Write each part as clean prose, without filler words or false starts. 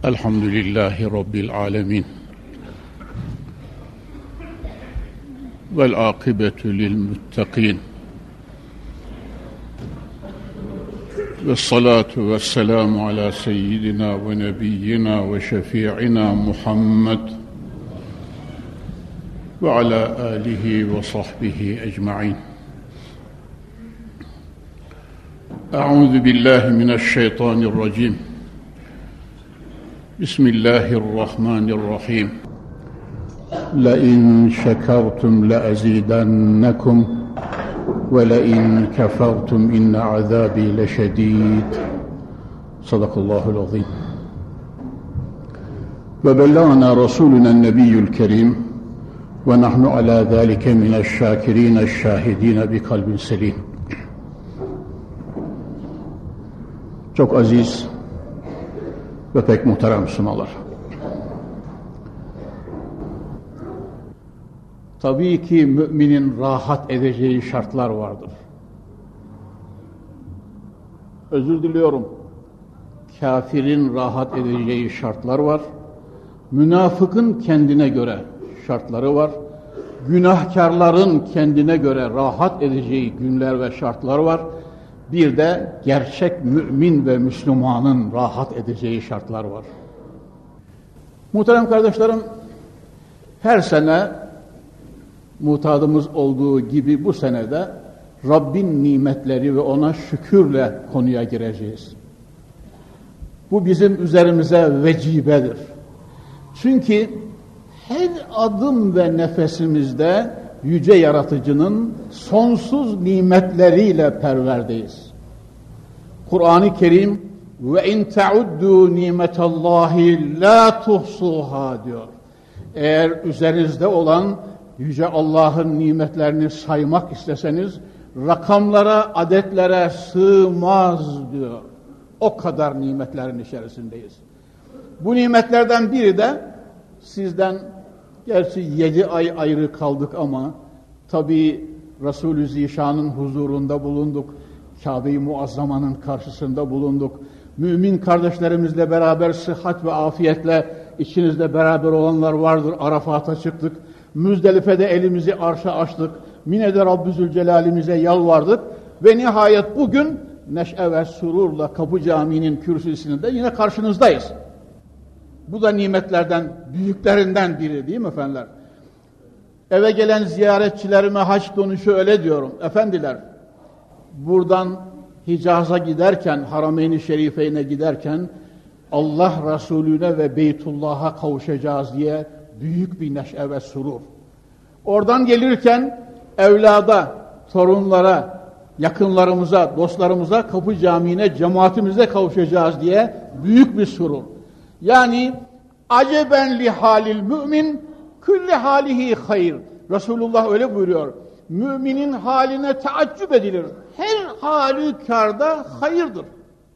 Elhamdülillahi Rabbil alemin. Vel akibetu lil muttaqin. Ve salatu ve selamu ala seyyidina ve nebiyyina ve şefi'ina Muhammed ve ala alihi ve sahbihi ecma'in. Euzu billahi mineşşeytanirracim. Bismillahirrahmanirrahim. La in şekertum la azidannakum ve la in kefertum inne azabi leşedid. Sadakallahul azim. Ve bellagana rasuluna nebiyyul kerim ve nahnu ala zalike mineşşakirin eşşahidin bi kalbin selim. Çok aziz ve pek muhterem Müslümanlar. Tabii ki müminin rahat edeceği şartlar vardır. Özür diliyorum. Kafirin rahat edeceği şartlar var. Münafıkın kendine göre şartları var. Günahkarların kendine göre rahat edeceği günler ve şartlar var. Bir de gerçek mümin ve Müslümanın rahat edeceği şartlar var. Muhterem kardeşlerim, her sene mutadımız olduğu gibi bu senede Rabbin nimetleri ve ona şükürle konuya gireceğiz. Bu bizim üzerimize vecibedir. Çünkü her adım ve nefesimizde Yüce Yaratıcı'nın sonsuz nimetleriyle perverdeyiz. Kur'an-ı Kerim ve in ta'uddu nimetallahi la tuhsuha diyor. Eğer üzerinizde olan Yüce Allah'ın nimetlerini saymak isteseniz rakamlara, adetlere sığmaz diyor. O kadar nimetlerin içerisindeyiz. Bu nimetlerden biri de sizden, gerçi 7 ay ayrı kaldık ama tabii Resulü Zişan'ın huzurunda bulunduk. Kabe-i Muazzama'nın karşısında bulunduk. Mümin kardeşlerimizle beraber sıhhat ve afiyetle içinizde beraber olanlar vardır. Arafat'a çıktık. Müzdelife'de elimizi arşa açtık. Mine'de Rabbü Zülcelal'imize yalvardık. Ve nihayet bugün neşe ve sururla Kapı Camii'nin kürsüsünde yine karşınızdayız. Bu da nimetlerden, büyüklerinden biri değil mi efendiler? Eve gelen ziyaretçilerime hac dönüşü öyle diyorum. Efendiler, buradan Hicaz'a giderken, Harameyn-i Şerifeyn'e giderken Allah Resulüne ve Beytullah'a kavuşacağız diye büyük bir neşe ve surur. Oradan gelirken evlada, torunlara, yakınlarımıza, dostlarımıza, Kapı Camii'ne, cemaatimize kavuşacağız diye büyük bir surur. Yani aceben li halil mümin külli halihi hayır. Resulullah öyle buyuruyor. Müminin haline taaccüp edilir. Her halükarda hayırdır.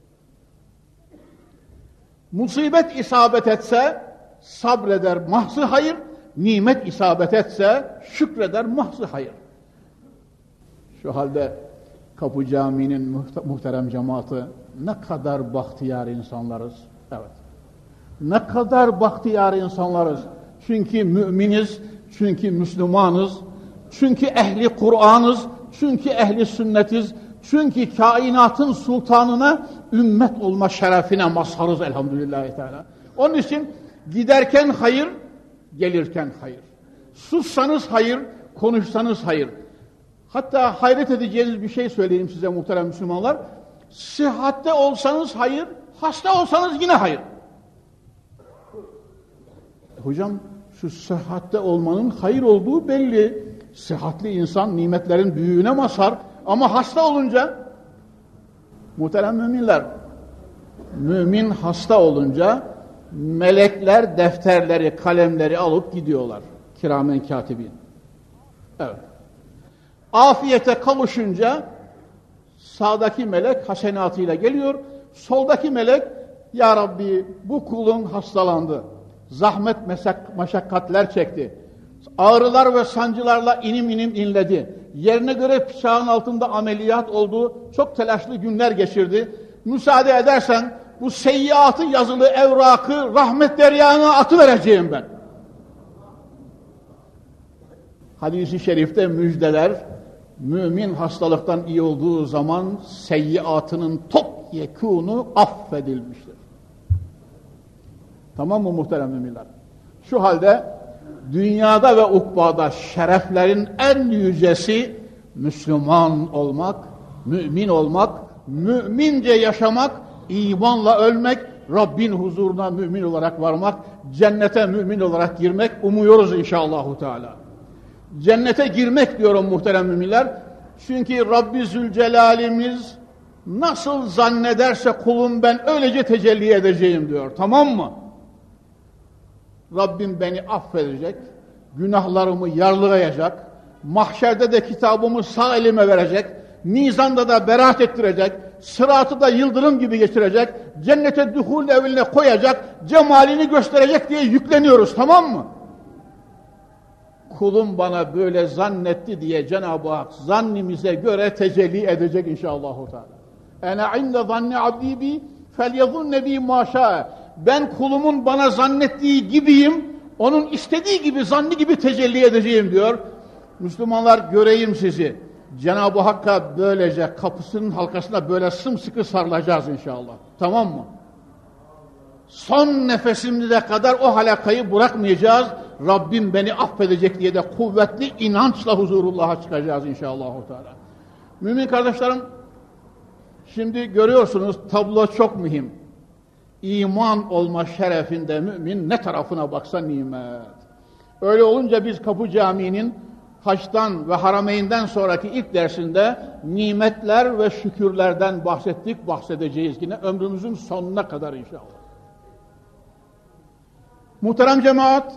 Musibet isabet etse sabreder, mahzı hayır. Nimet isabet etse şükreder, mahzı hayır. Şu halde Kapı Camii'nin muhterem cemaati, ne kadar bahtiyar insanlarız. Evet. Ne kadar bahtiyar insanlarız. Çünkü müminiz, çünkü Müslümanız, çünkü ehli Kur'an'ız, çünkü ehli sünnetiz, çünkü kainatın sultanına ümmet olma şerefine mazharız elhamdülillahi teala. Onun için giderken hayır, gelirken hayır. Sussanız hayır, konuşsanız hayır. Hatta hayret edeceğiniz bir şey söyleyeyim size muhterem Müslümanlar. Sıhhatte olsanız hayır, hasta olsanız yine hayır. Hocam şu sıhhatte olmanın hayır olduğu belli. Sıhhatli insan nimetlerin büyüğüne mazhar ama hasta olunca muhterem müminler, mümin hasta olunca melekler defterleri, kalemleri alıp gidiyorlar. Kiramen katibin. Evet. Afiyete kavuşunca sağdaki melek hasenatıyla geliyor. Soldaki melek, ya Rabbi bu kulun hastalandı. Zahmet meşakkatler çekti. Ağrılar ve sancılarla inim inim inledi. Yerine göre bıçağın altında ameliyat oldu. Çok telaşlı günler geçirdi. Müsaade edersen bu seyyiatı yazılı evrakı rahmet deryağına atıvereceğim ben. Hadis-i şerifte müjdeler, mümin hastalıktan iyi olduğu zaman seyyiatının topyekûnu affedilmiştir. Tamam mı muhterem müminler? Şu halde dünyada ve ukbada şereflerin en yücesi Müslüman olmak, mümin olmak, mümince yaşamak, imanla ölmek, Rabbin huzuruna mümin olarak varmak, cennete mümin olarak girmek umuyoruz inşallahü teala. Cennete girmek diyorum muhterem müminler. Çünkü Rabbi Zülcelal'imiz nasıl zannederse kulum ben öylece tecelli edeceğim diyor. Tamam mı? Rabbim beni affedecek, günahlarımı yarlıgayacak, mahşerde de kitabımı sağ elime verecek, mizanda da beraat ettirecek, sıratı da yıldırım gibi geçirecek, cennete duhul evine koyacak, cemalini gösterecek diye yükleniyoruz, tamam mı? Kulum bana böyle zannetti diye Cenab-ı Hak zannimize göre tecelli edecek inşallahü teala. Ene inde zanni abdi bi felyazunne bi ma şâ. Ben kulumun bana zannettiği gibiyim, onun istediği gibi, zanni gibi tecelli edeceğim diyor. Müslümanlar göreyim sizi. Cenab-ı Hakk'a böylece kapısının halkasına böyle sımsıkı sarılacağız inşallah. Tamam mı? Son nefesimize kadar o halakayı bırakmayacağız. Rabbim beni affedecek diye de kuvvetli inançla huzurullah'a çıkacağız inşallah. Mümin kardeşlerim, şimdi görüyorsunuz tablo çok mühim. İman olma şerefinde mümin ne tarafına baksa nimet. Öyle olunca biz Kapı Camii'nin Haç'tan ve Harameyn'den sonraki ilk dersinde nimetler ve şükürlerden bahsettik, bahsedeceğiz yine ömrümüzün sonuna kadar inşallah. Muhterem cemaat,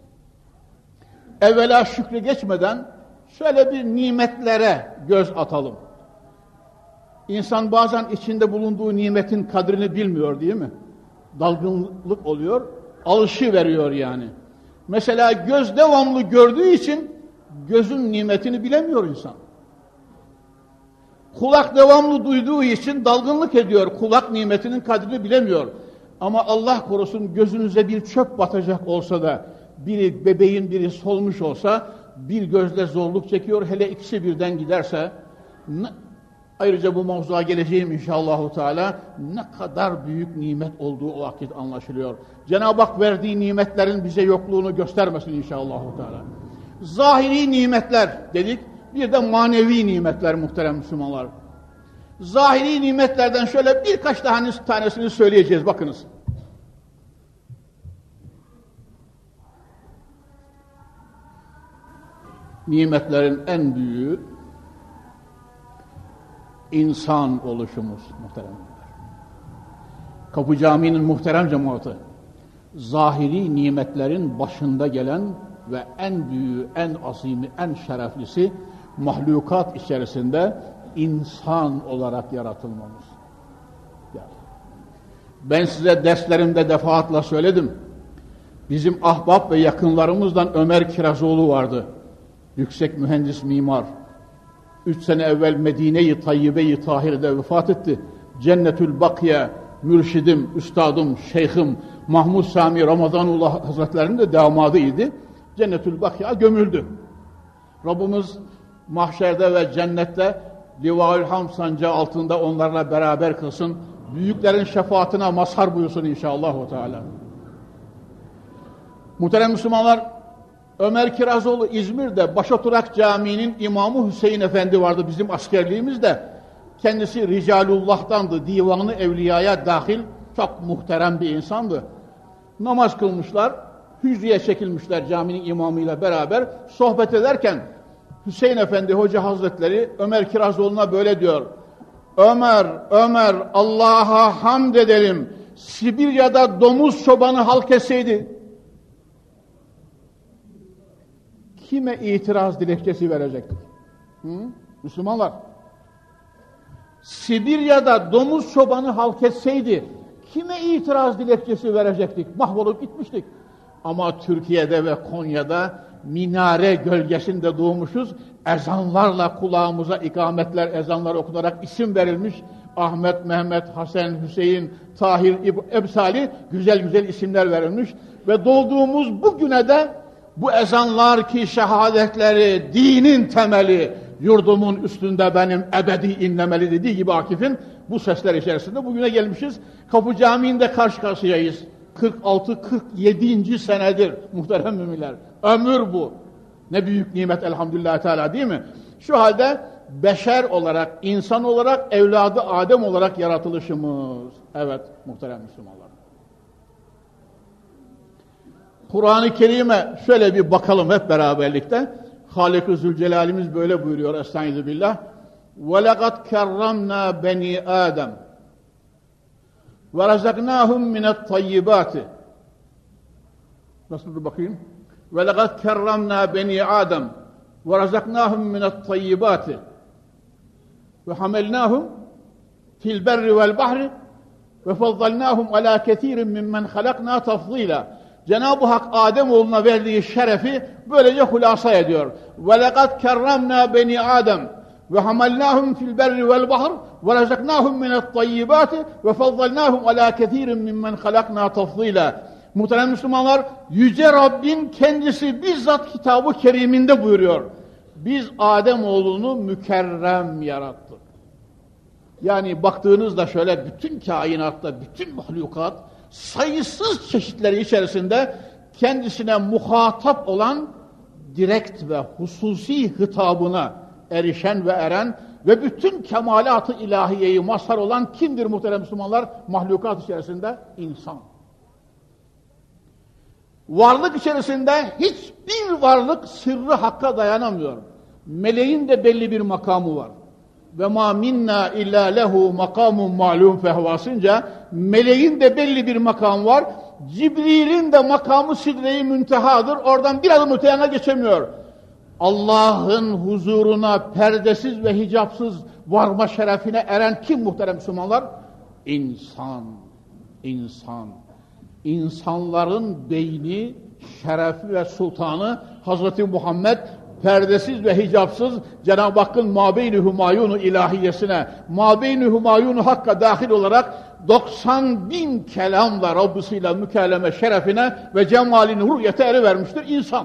evvela şükrü geçmeden şöyle bir nimetlere göz atalım. İnsan bazen içinde bulunduğu nimetin kadrini bilmiyor değil mi? Dalgınlık oluyor, alışıveriyor yani. Mesela göz devamlı gördüğü için gözün nimetini bilemiyor insan. Kulak devamlı duyduğu için dalgınlık ediyor, kulak nimetinin kadrini bilemiyor. Ama Allah korusun gözünüze bir çöp batacak olsa da biri bebeğin biri solmuş olsa bir gözle zorluk çekiyor, hele ikisi birden giderse ayrıca bu mevzuya geleceğim inşallahu teala ne kadar büyük nimet olduğu o vakit anlaşılıyor. Cenab-ı Hak verdiği nimetlerin bize yokluğunu göstermesin inşallahu teala. Zahiri nimetler dedik, bir de manevi nimetler muhterem Müslümanlar. Zahiri nimetlerden şöyle birkaç tanesini söyleyeceğiz, bakınız. Nimetlerin en büyüğü insan oluşumuz muhteremler. Kapı Camii'nin muhterem cemaati, zahiri nimetlerin başında gelen ve en büyüğü, en azimi, en şereflisi mahlukat içerisinde insan olarak yaratılmamız. Ben size derslerimde defaatle söyledim. Bizim ahbap ve yakınlarımızdan Ömer Kirazoğlu vardı. Yüksek mühendis mimar. 3 sene evvel Medine-i Tayyibe-i Tahire'de vefat etti. Cennetül Bakiye, mürşidim, üstadım, şeyhim Mahmud Sami Ramazanullah Hazretleri'nin de damadıydı. Cennetül Bakiye gömüldü. Rabbimiz mahşerde ve cennette Livaül Hamd sancağı altında onlarla beraber kılsın. Büyüklerin şefaatine mazhar buyursun inşallah. Teala. Muhterem Müslümanlar, Ömer Kirazoğlu İzmir'de Başoturak Camii'nin imamı Hüseyin Efendi vardı bizim askerliğimizde. Kendisi Ricalullah'tandı, divanı evliyaya dahil çok muhterem bir insandı. Namaz kılmışlar, hücreye çekilmişler caminin imamıyla beraber sohbet ederken Hüseyin Efendi Hoca Hazretleri Ömer Kirazoğlu'na böyle diyor. Ömer Allah'a hamd edelim. Sibirya'da domuz çobanı halk etseydi kime itiraz dilekçesi verecektik? Müslümanlar, Sibirya'da domuz çobanı halk etseydi kime itiraz dilekçesi verecektik? Mahvolup gitmiştik. Ama Türkiye'de ve Konya'da minare gölgesinde doğmuşuz. Ezanlarla kulağımıza ikametler, ezanlar okunarak isim verilmiş. Ahmet, Mehmet, Hasan, Hüseyin, Tahir, Ebsali güzel güzel isimler verilmiş. Ve doğduğumuz bu güne de bu ezanlar ki şehadetleri, dinin temeli, yurdumun üstünde benim ebedi inlemeli dediği gibi Akif'in bu sesler içerisinde bugüne gelmişiz. Kapı Camii'nde karşı karşıyayız. 46-47. senedir muhterem müminler. Ömür bu. Ne büyük nimet elhamdülillah Teala, değil mi? Şu halde beşer olarak, insan olarak, evladı Adem olarak yaratılışımız. Evet muhterem Müslümanlar. Kur'an-ı Kerim'e şöyle bir bakalım hep beraberlikte. Halik-i Zülcelal'imiz böyle buyuruyor. Estaizu billah. وَلَقَدْ كَرَّمْنَا بَنِي آدَمْ وَرَزَقْنَاهُمْ مِنَ الطَّيِّبَاتِ. Nasıl dur bakayım? وَلَقَدْ كَرَّمْنَا بَنِي آدَمْ وَرَزَقْنَاهُمْ مِنَ الطَّيِّبَاتِ وَحَمَلْنَاهُمْ فِي الْبَرِّ وَالْبَحْرِ وَفَضَّلْنَاهُمْ عَلَى كَثِيرٍ مِمَّنْ خَلَقْنَا تَفْضِيلًا. Cenab-ı Hak Ademoğluna verdiği şerefi böylece hulasa ediyor. وَلَقَدْ كَرَّمْنَا بَنِي آدَمْ وَحَمَلْنَاهُمْ فِي الْبَرِّ وَالْبَحْرِ وَرَزَقْنَاهُمْ مِنَ الطَّيِّبَاتِ وَفَضَّلْنَاهُمْ عَلَى كَثِيرٍ مِمَّنْ خَلَقْنَا تَفْضِيلًا. Muhterem Müslümanlar, Yüce Rabbin kendisi bizzat Kitab-ı Kerim'inde buyuruyor. Biz Ademoğlunu mükerrem yarattık. Yani baktığınızda şöyle bütün kainatta, bütün mahlukat sayısız çeşitleri içerisinde kendisine muhatap olan direkt ve hususi hitabına erişen ve eren ve bütün kemalat-ı ilahiyeyi mazhar olan kimdir muhterem Müslümanlar? Mahlukat içerisinde insan. Varlık içerisinde hiçbir varlık sırrı hakka dayanamıyor. Meleğin de belli bir makamı var. Ve ma minna illa lehu makamun ma'lum fehvasınca meleğin de belli bir makam var. Cibril'in de makamı sidre-i müntehadır. Oradan bir adım öteyana geçemiyor. Allah'ın huzuruna perdesiz ve hicapsız varma şerefine eren kim muhterem Müslümanlar? İnsan. İnsan. İnsanların beyni, şerefi ve sultanı Hazreti Muhammed perdesiz ve hicapsız Cenab-ı Hakk'ın mabeyni humayunu ilahiyesine, mabeyni humayunu hakka dahil olarak 90.000 kelamla Rabbisiyle mükelleme şerefine ve cemalini hurriyete erivermiştir insan.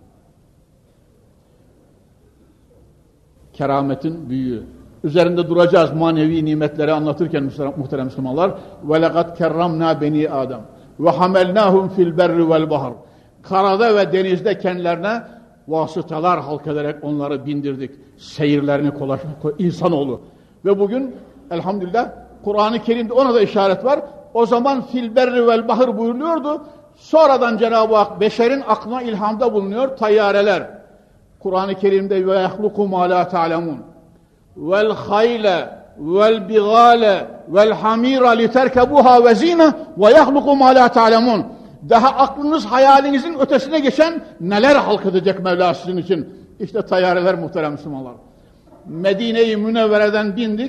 Kerametin büyüğü. Üzerinde duracağız manevi nimetleri anlatırken muhterem Müslümanlar. وَلَقَدْ كَرَّمْنَا بَنِي آدَمْ وَحَمَلْنَاهُمْ فِي الْبَرِّ وَالْبَحْرِ. Karada ve denizde kendilerine vasıtalar halk ederek onları bindirdik. Seyirlerini insanoğlu. Ve bugün elhamdülillah Kur'an-ı Kerim'de ona da işaret var. O zaman fil berri vel bahr buyuruluyordu. Sonradan Cenab-ı Hak beşerin aklına ilhamda bulunuyor. Tayyareler. Kur'an-ı Kerim'de ve yahluku ma la ta'lemun. Vel hayle vel bigale vel hamira literkebuha ve zine ve yahluku ma la ta'lemun. Daha aklınız hayalinizin ötesine geçen neler halk edecek Mevla sizin için. İşte tayyareler muhterem Müslümanlar. Medine-i Münevvere'den bindik.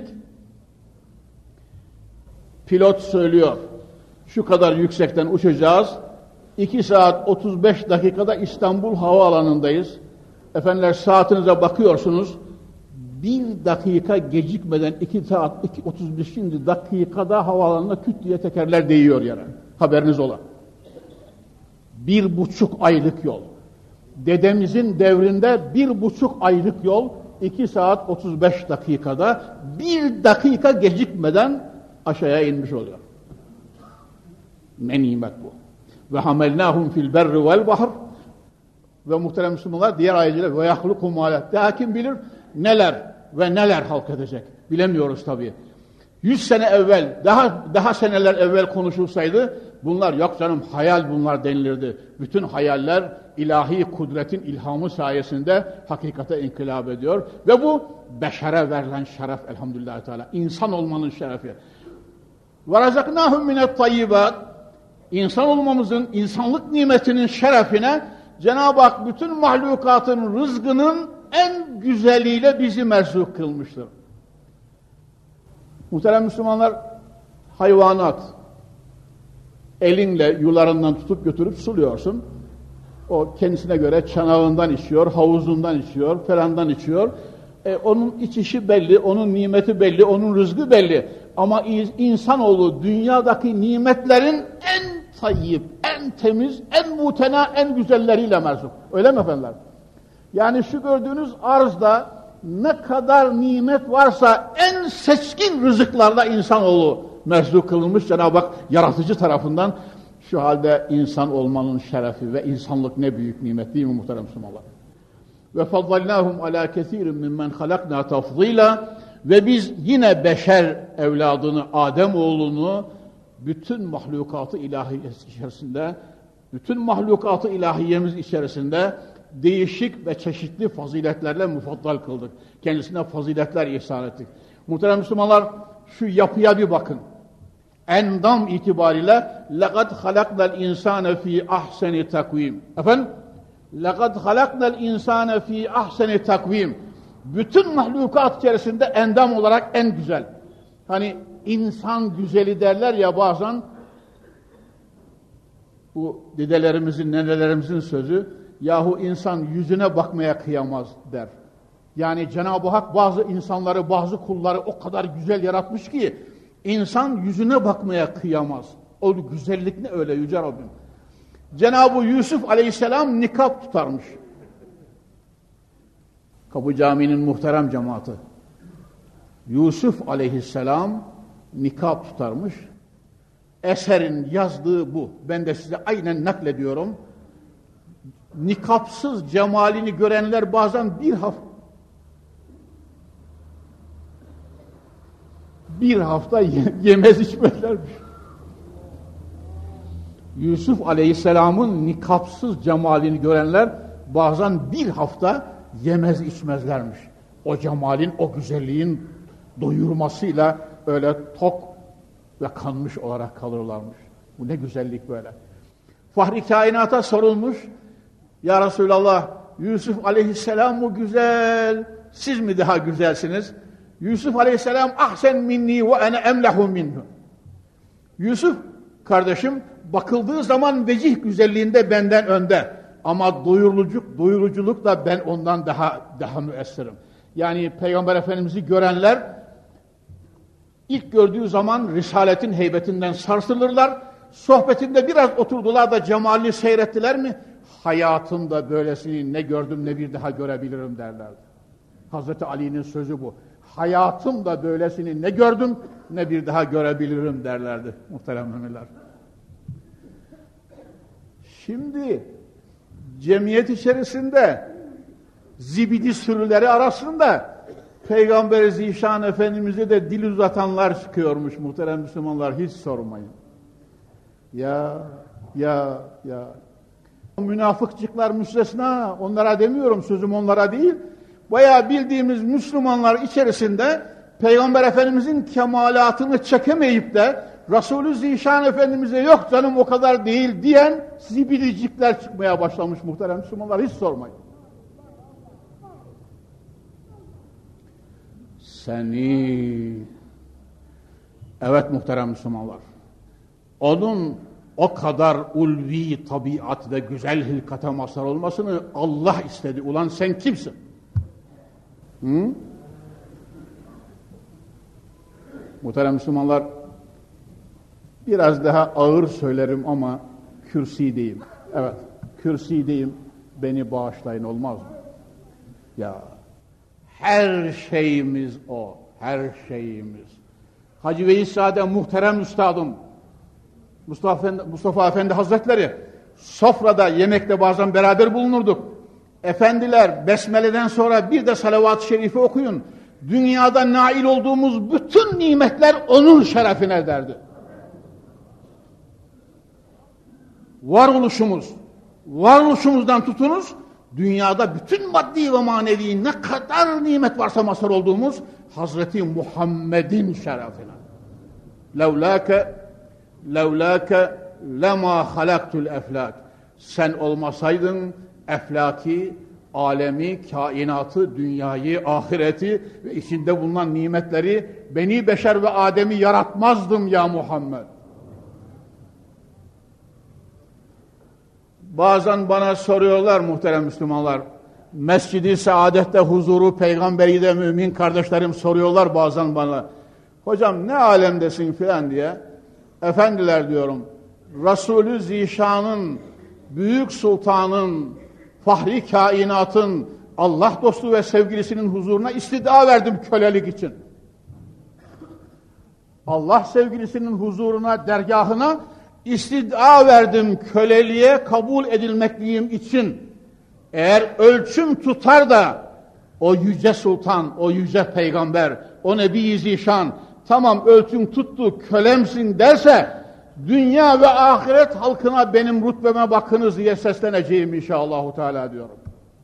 Pilot söylüyor. Şu kadar yüksekten uçacağız. 2 saat 35 dakikada İstanbul Havaalanı'ndayız. Efendiler saatinize bakıyorsunuz. 1 dakika gecikmeden 2 saat 35 dakikada havaalanına küt diye tekerler değiyor yani. Haberiniz ola. 1,5 aylık yol. Dedemizin devrinde 1,5 aylık yol 2 saat 35 dakikada 1 dakika gecikmeden aşağıya inmiş oluyor. Ne nimet bu. Ve hamelnâhum fil berri vel bahr. Ve muhterem Müslümanlar diğer ayetler ve yahluku mâlet. Daha kim bilir neler ve neler halk edecek. Bilemiyoruz tabii. 100 sene evvel, daha seneler evvel konuşulsaydı bunlar yok canım hayal bunlar denilirdi. Bütün hayaller ilahi kudretin ilhamı sayesinde hakikate inkılap ediyor. Ve bu beşere verilen şeref elhamdülillah Teala. İnsan olmanın şerefi. وَرَزَقْنَاهُمْ مِنَ الطَّيِّبَاتِ. İnsan olmamızın, insanlık nimetinin şerefine Cenab-ı Hak bütün mahlukatın rızkının en güzeliyle bizi merzuk kılmıştır. Muhterem Müslümanlar, hayvanat elinle yularından tutup götürüp suluyorsun. O kendisine göre çanağından içiyor, havuzundan içiyor, falandan içiyor. Onun içişi belli, onun nimeti belli, onun rızkı belli. Ama insanoğlu dünyadaki nimetlerin en tayyip, en temiz, en mutena, en güzelleriyle merzuk. Öyle mi efendiler? Yani şu gördüğünüz arzda ne kadar nimet varsa en seçkin rızıklarla insanoğlu merzuk kılınmış Cenab-ı Hak yaratıcı tarafından. Şu halde insan olmanın şerefi ve insanlık ne büyük nimet değil mi muhterem Müslümanlar? Ve faddalnâhum alâ kesîrin mimmen halaknâ tafzîlâ. Ve biz yine beşer evladını, Adem oğlunu bütün mahlukatı ilahiyemiz içerisinde, bütün mahlukatı ilahiyemiz içerisinde değişik ve çeşitli faziletlerle mufaddal kıldık. Kendisine faziletler ihsan ettik. Muhterem Müslümanlar, şu yapıya bir bakın. Endam itibariyle لَقَدْ خَلَقْنَا الْاِنْسَانَ ف۪ي اَحْسَنِ takvim. Efendim? لَقَدْ خَلَقْنَا الْاِنْسَانَ ف۪ي اَحْسَنِ takvim. Bütün mahlukat içerisinde endam olarak en güzel. Hani insan güzeli derler ya bazen, bu dedelerimizin, nenelerimizin sözü, yahu insan yüzüne bakmaya kıyamaz der. Yani Cenab-ı Hak bazı insanları, bazı kulları o kadar güzel yaratmış ki, insan yüzüne bakmaya kıyamaz. O güzellik ne öyle Yüce Rabbim. Cenab-ı Yusuf Aleyhisselam nikab tutarmış. Kapı Camii'nin muhterem cemaati. Yusuf Aleyhisselam nikab tutarmış. Eserin yazdığı bu. Ben de size aynen naklediyorum. Nikapsız cemalini görenler bazen bir hafta yemez içmezlermiş. Yusuf Aleyhisselam'ın nikapsız cemalini görenler bazen bir hafta yemez içmezlermiş. O cemalin, o güzelliğin doyurmasıyla öyle tok ve kanmış olarak kalırlarmış. Bu ne güzellik böyle. Fahri kainata sorulmuş, ya Resulallah, Yusuf Aleyhisselam mı güzel, siz mi daha güzelsiniz? Yusuf Aleyhisselam ahsen minni ve ene emlehu minhu. Yusuf kardeşim bakıldığı zaman vecih güzelliğinde benden önde. Ama doyuruculukla ben ondan daha müessirim. Yani Peygamber Efendimiz'i görenler ilk gördüğü zaman Risaletin heybetinden sarsılırlar. Sohbetinde biraz oturdular da cemalini seyrettiler mi? Hayatımda böylesini ne gördüm ne bir daha görebilirim derlerdi. Hazreti Ali'nin sözü bu. Hayatımda böylesini ne gördüm ne bir daha görebilirim derlerdi muhterem müminler. Şimdi cemiyet içerisinde zibidi sürüleri arasında Peygamber-i Zişan Efendimiz'e de dil uzatanlar çıkıyormuş muhterem Müslümanlar, hiç sormayın. Ya. Münafıkçıklar müstesna, onlara demiyorum, sözüm onlara değil. Bayağı bildiğimiz Müslümanlar içerisinde Peygamber Efendimiz'in kemalatını çekemeyip de Resulü Zişan Efendimiz'e yok canım o kadar değil diyen zibilicikler çıkmaya başlamış muhterem Müslümanlar, hiç sormayın. Evet muhterem Müslümanlar, onun o kadar ulvi tabiat ve güzel hilkate mazhar olmasını Allah istedi. Ulan sen kimsin? Muhterem Müslümanlar, biraz daha ağır söylerim ama kürsideyim. Evet, kürsideyim. Beni bağışlayın, olmaz mı? Ya, her şeyimiz o, her şeyimiz. Hacı Veysade muhterem üstadım, Mustafa Efendi Hazretleri, sofrada, yemekte bazen beraber bulunurduk. Efendiler, Besmele'den sonra bir de salavat-ı şerifi okuyun. Dünyada nail olduğumuz bütün nimetler onun şerefine derdi. Varoluşumuzdan tutunuz, dünyada bütün maddi ve manevi ne kadar nimet varsa mazhar olduğumuz Hazreti Muhammed'in şerefine. Levlâke lema halaktul eflak. Sen olmasaydın eflaki, alemi, kainatı, dünyayı, ahireti ve içinde bulunan nimetleri, beni beşer ve Adem'i yaratmazdım ya Muhammed. Bazen bana soruyorlar muhterem Müslümanlar, Mescid-i Saadet'te huzuru, Peygamberi de mümin kardeşlerim soruyorlar bazen bana. hocam ne alemdesin filan diye, efendiler diyorum, Resulü Zişan'ın, Büyük Sultan'ın, Fahri Kainat'ın, Allah dostu ve sevgilisinin huzuruna istida verdim kölelik için. Allah sevgilisinin huzuruna, dergahına istida verdim köleliğe kabul edilmekliyim için. Eğer ölçüm tutar da o yüce sultan, o yüce peygamber, o Nebi-i Zişan tamam ölçüm tuttu kölemsin derse dünya ve ahiret halkına benim rütbeme bakınız diye sesleneceğim inşallahü teala diyorum.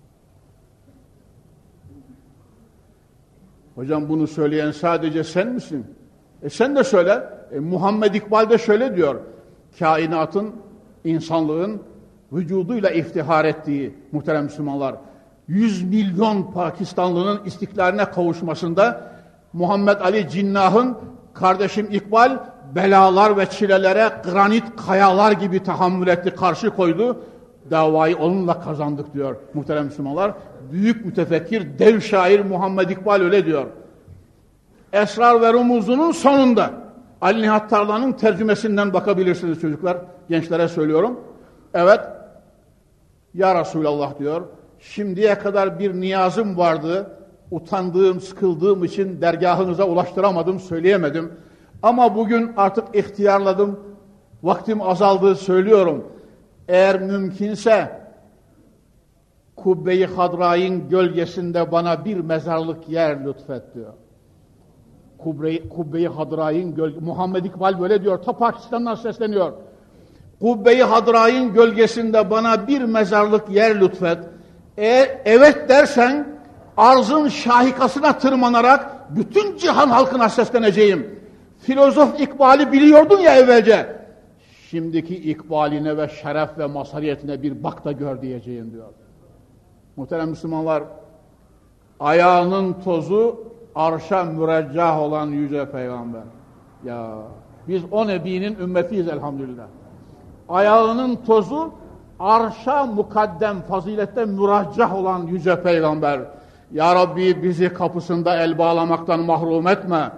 Hocam bunu söyleyen sadece sen misin? Sen de söyle. Muhammed İkbal de şöyle diyor. Kainatın, insanlığın vücuduyla iftihar ettiği muhterem Müslümanlar, 100 milyon Pakistanlının istiklaline kavuşmasında Muhammed Ali Cinnah'ın kardeşim İkbal belalar ve çilelere granit kayalar gibi tahammül etti, karşı koydu. Davayı onunla kazandık diyor muhterem Müslümanlar. Büyük mütefekkir, dev şair Muhammed İkbal öyle diyor. Esrar ve Rumuzunun sonunda Ali Nihat Tarlan'ın tercümesinden bakabilirsiniz çocuklar. Gençlere söylüyorum. Evet. Ya Resulallah diyor. Şimdiye kadar bir niyazım vardı. Utandığım, sıkıldığım için dergahınıza ulaştıramadım, söyleyemedim. Ama bugün artık ihtiyarladım. Vaktim azaldı, söylüyorum. Eğer mümkünse Kubbe-i Hadra'nın gölgesinde bana bir mezarlık yer lütfet diyor. Kubbe-i Hadra'nın gölgesinde, Muhammed İkbal böyle diyor, ta Pakistan'dan sesleniyor. Kubbe-i Hadra'nın gölgesinde bana bir mezarlık yer lütfet. Eğer evet dersen arzın şahikasına tırmanarak bütün cihan halkına sesleneceğim. Filozof İkbal'i biliyordun ya evvelce. Şimdiki ikbaline ve şeref ve mazhariyetine bir bak da gör diyeceğim diyor. Muhterem Müslümanlar, ayağının tozu arşa müreccah olan yüce peygamber. Ya biz o nebinin ümmetiyiz elhamdülillah. Ayağının tozu arşa mukaddem, fazilette müreccah olan yüce peygamber. Ya Rabbi bizi kapısında el bağlamaktan mahrum etme.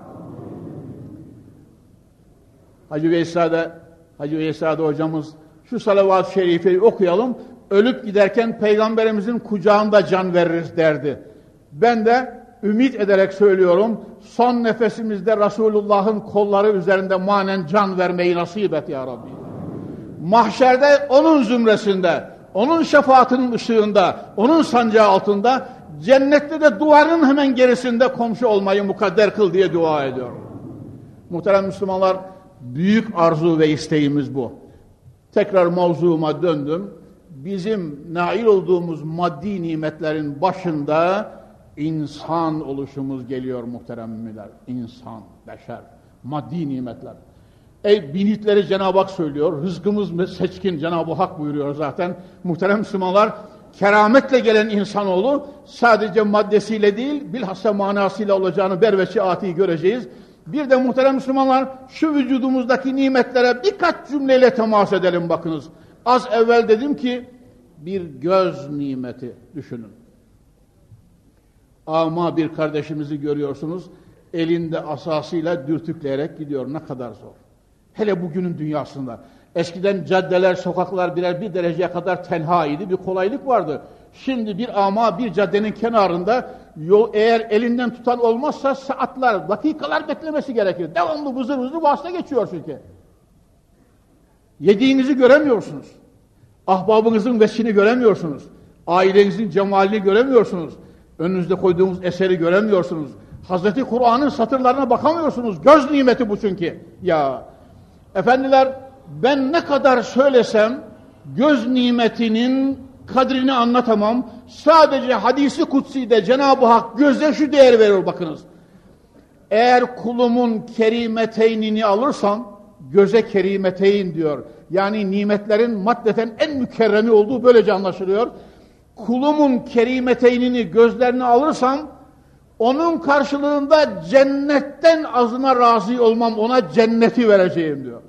Hacı Veysade hocamız şu salavat-ı şerifeyi okuyalım. Ölüp giderken peygamberimizin kucağında can veririz derdi. Ben de ümit ederek söylüyorum. Son nefesimizde Resulullah'ın kolları üzerinde manen can vermeyi nasip et ya Rabbi. Mahşerde onun zümresinde, onun şefaatinin ışığında, onun sancağı altında, cennette de duvarın hemen gerisinde komşu olmayı mukadder kıl diye dua ediyorum. Muhterem Müslümanlar, büyük arzu ve isteğimiz bu. Tekrar mevzuma döndüm. Bizim nail olduğumuz maddi nimetlerin başında insan oluşumuz geliyor muhterem müminler. İnsan, beşer, maddi nimetler. Binitleri Cenab-ı Hak söylüyor. Rızkımız seçkin, Cenab-ı Hak buyuruyor zaten. Muhterem Müslümanlar, kerametle gelen insanoğlu sadece maddesiyle değil, bilhassa manasıyla olacağını berveçi göreceğiz. Bir de muhterem Müslümanlar, şu vücudumuzdaki nimetlere birkaç cümleyle temas edelim bakınız. Az evvel dedim ki, bir göz nimeti düşünün. Ama bir kardeşimizi görüyorsunuz, elinde asasıyla dürtükleyerek gidiyor. Ne kadar zor. Hele bugünün dünyasında. Eskiden caddeler, sokaklar birer bir dereceye kadar tenhaydı, bir kolaylık vardı. Şimdi bir ama bir caddenin kenarında yol eğer elinden tutan olmazsa saatler, dakikalar beklemesi gerekir. Devamlı vızır vızır vasıta geçiyor çünkü. Yediğinizi göremiyorsunuz. Ahbabınızın veçini göremiyorsunuz. Ailenizin cemalini göremiyorsunuz. Önünüzde koyduğumuz eseri göremiyorsunuz. Hazreti Kur'an'ın satırlarına bakamıyorsunuz. Göz nimeti bu çünkü. Ya efendiler, ben ne kadar söylesem göz nimetinin kadrini anlatamam. Sadece hadisi kutsi'de Cenab-ı Hak göze şu değer veriyor bakınız. Eğer kulumun kerimeteynini alırsam, göze kerimeteyn diyor. Yani nimetlerin maddeten en mükerremi olduğu böylece anlaşılıyor. Kulumun kerimeteynini, gözlerini alırsam, onun karşılığında cennetten azına razı olmam, ona cenneti vereceğim diyor.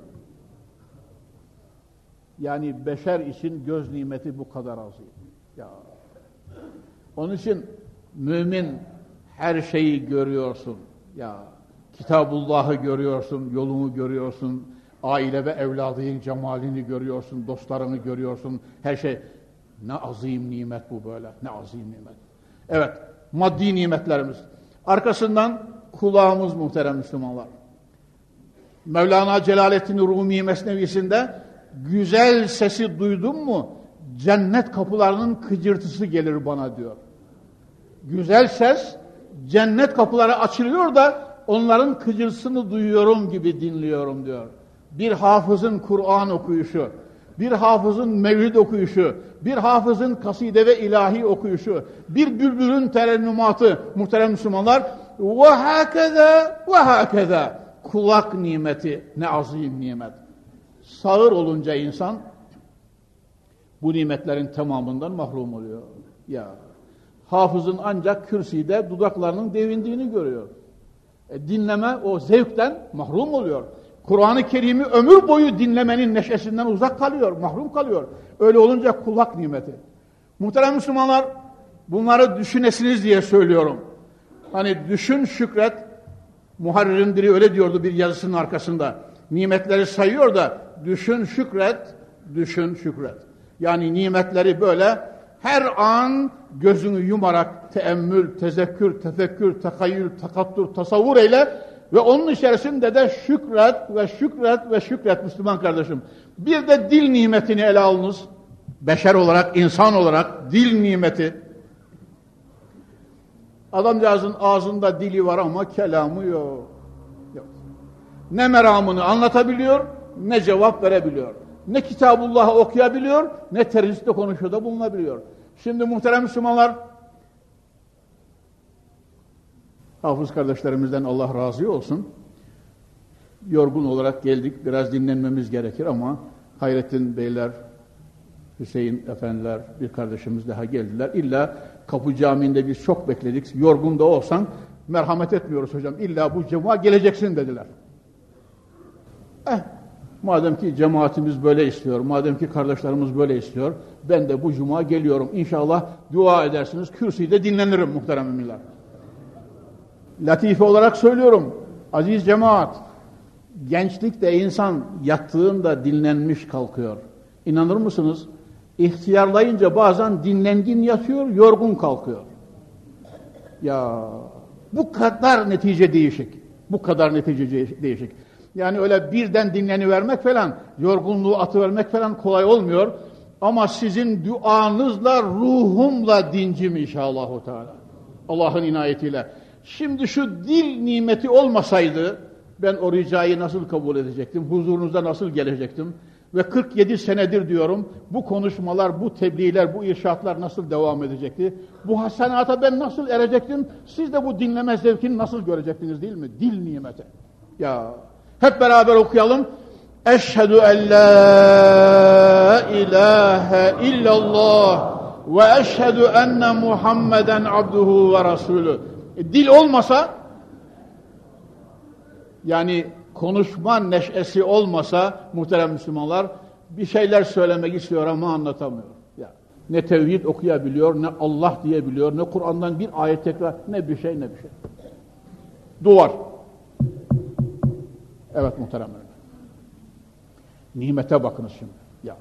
Yani beşer için göz nimeti bu kadar az. Ya. Onun için mümin her şeyi görüyorsun. Ya Kitabullah'ı görüyorsun, yolunu görüyorsun, aile ve evladının cemalini görüyorsun, dostlarını görüyorsun, her şey. Ne azim nimet bu böyle, ne azim nimet. Evet, maddi nimetlerimiz. Arkasından kulağımız muhterem Müslümanlar. Mevlana Celaleddin Rumi Mesnevisinde güzel sesi duydun mu cennet kapılarının kıcırtısı gelir bana diyor. Güzel ses, cennet kapıları açılıyor da onların kıcırtısını duyuyorum gibi dinliyorum diyor. Bir hafızın Kur'an okuyuşu, bir hafızın mevlid okuyuşu, bir hafızın kaside ve ilahi okuyuşu, bir bülbülün terennümatı muhterem Müslümanlar ve hakeza kulak nimeti ne azim nimet. Sağır olunca insan bu nimetlerin tamamından mahrum oluyor. Ya hafızın ancak kürsüde dudaklarının devindiğini görüyor. Dinleme o zevkten mahrum oluyor. Kur'an-ı Kerim'i ömür boyu dinlemenin neşesinden uzak kalıyor, mahrum kalıyor. Öyle olunca kulak nimeti. Muhterem Müslümanlar, bunları düşünesiniz diye söylüyorum. Hani düşün şükret, muharririn biri öyle diyordu bir yazısının arkasında. Nimetleri sayıyor da düşün şükret, düşün şükret. Yani nimetleri böyle her an gözünü yumarak teemmül, tezekkür, tefekkür, tekayyül, takattur, tasavvur eyle ve onun içerisinde de şükret ve şükret ve şükret Müslüman kardeşim. Bir de dil nimetini ele alınız. Beşer olarak, insan olarak dil nimeti. Adamcağızın ağzında dili var ama kelamı yok. Ne meramını anlatabiliyor, ne cevap verebiliyor. Ne Kitabullah'ı okuyabiliyor, ne tercihte konuşuyor da bulunabiliyor. Şimdi muhterem Müslümanlar, hafız kardeşlerimizden Allah razı olsun. Yorgun olarak geldik, biraz dinlenmemiz gerekir ama Hayrettin Beyler, Hüseyin Efendiler, bir kardeşimiz daha geldiler. İlla Kapı Camii'nde biz çok bekledik. Yorgun da olsan merhamet etmiyoruz hocam. İlla bu cuma geleceksin dediler. Madem ki cemaatimiz böyle istiyor, madem ki kardeşlerimiz böyle istiyor, ben de bu cuma geliyorum. İnşallah dua edersiniz, kürsüde dinlenirim muhterem müminler. Latife olarak söylüyorum, aziz cemaat, gençlikte insan yattığında dinlenmiş kalkıyor. İnanır mısınız? İhtiyarlayınca bazen dinlengin yatıyor, yorgun kalkıyor. Ya bu kadar netice değişik. Bu kadar netice değişik. Yani öyle birden dinlenivermek falan, yorgunluğu atıvermek falan kolay olmuyor. Ama sizin duanızla, ruhumla dincim inşallah Teala. Allah'ın inayetiyle. Şimdi şu dil nimeti olmasaydı, ben o ricayı nasıl kabul edecektim? Huzurunuzda nasıl gelecektim? Ve 47 senedir diyorum, bu konuşmalar, bu tebliğler, bu irşatlar nasıl devam edecekti? Bu hasenata ben nasıl erecektim? Siz de bu dinleme zevkini nasıl görecektiniz değil mi? Dil nimeti. Ya hep beraber okuyalım. Eşhedü en la ilahe illallah ve eşhedü enne Muhammeden abduhu ve rasulü. Dil olmasa, yani konuşma neşesi olmasa muhterem Müslümanlar, bir şeyler söylemek istiyor ama anlatamıyor. Ya, ne tevhid okuyabiliyor, ne Allah diyebiliyor, ne Kur'an'dan bir ayet tekrar, ne bir şey. Duvar. Evet muhteremler. Nimete bakınız şimdi. Ya.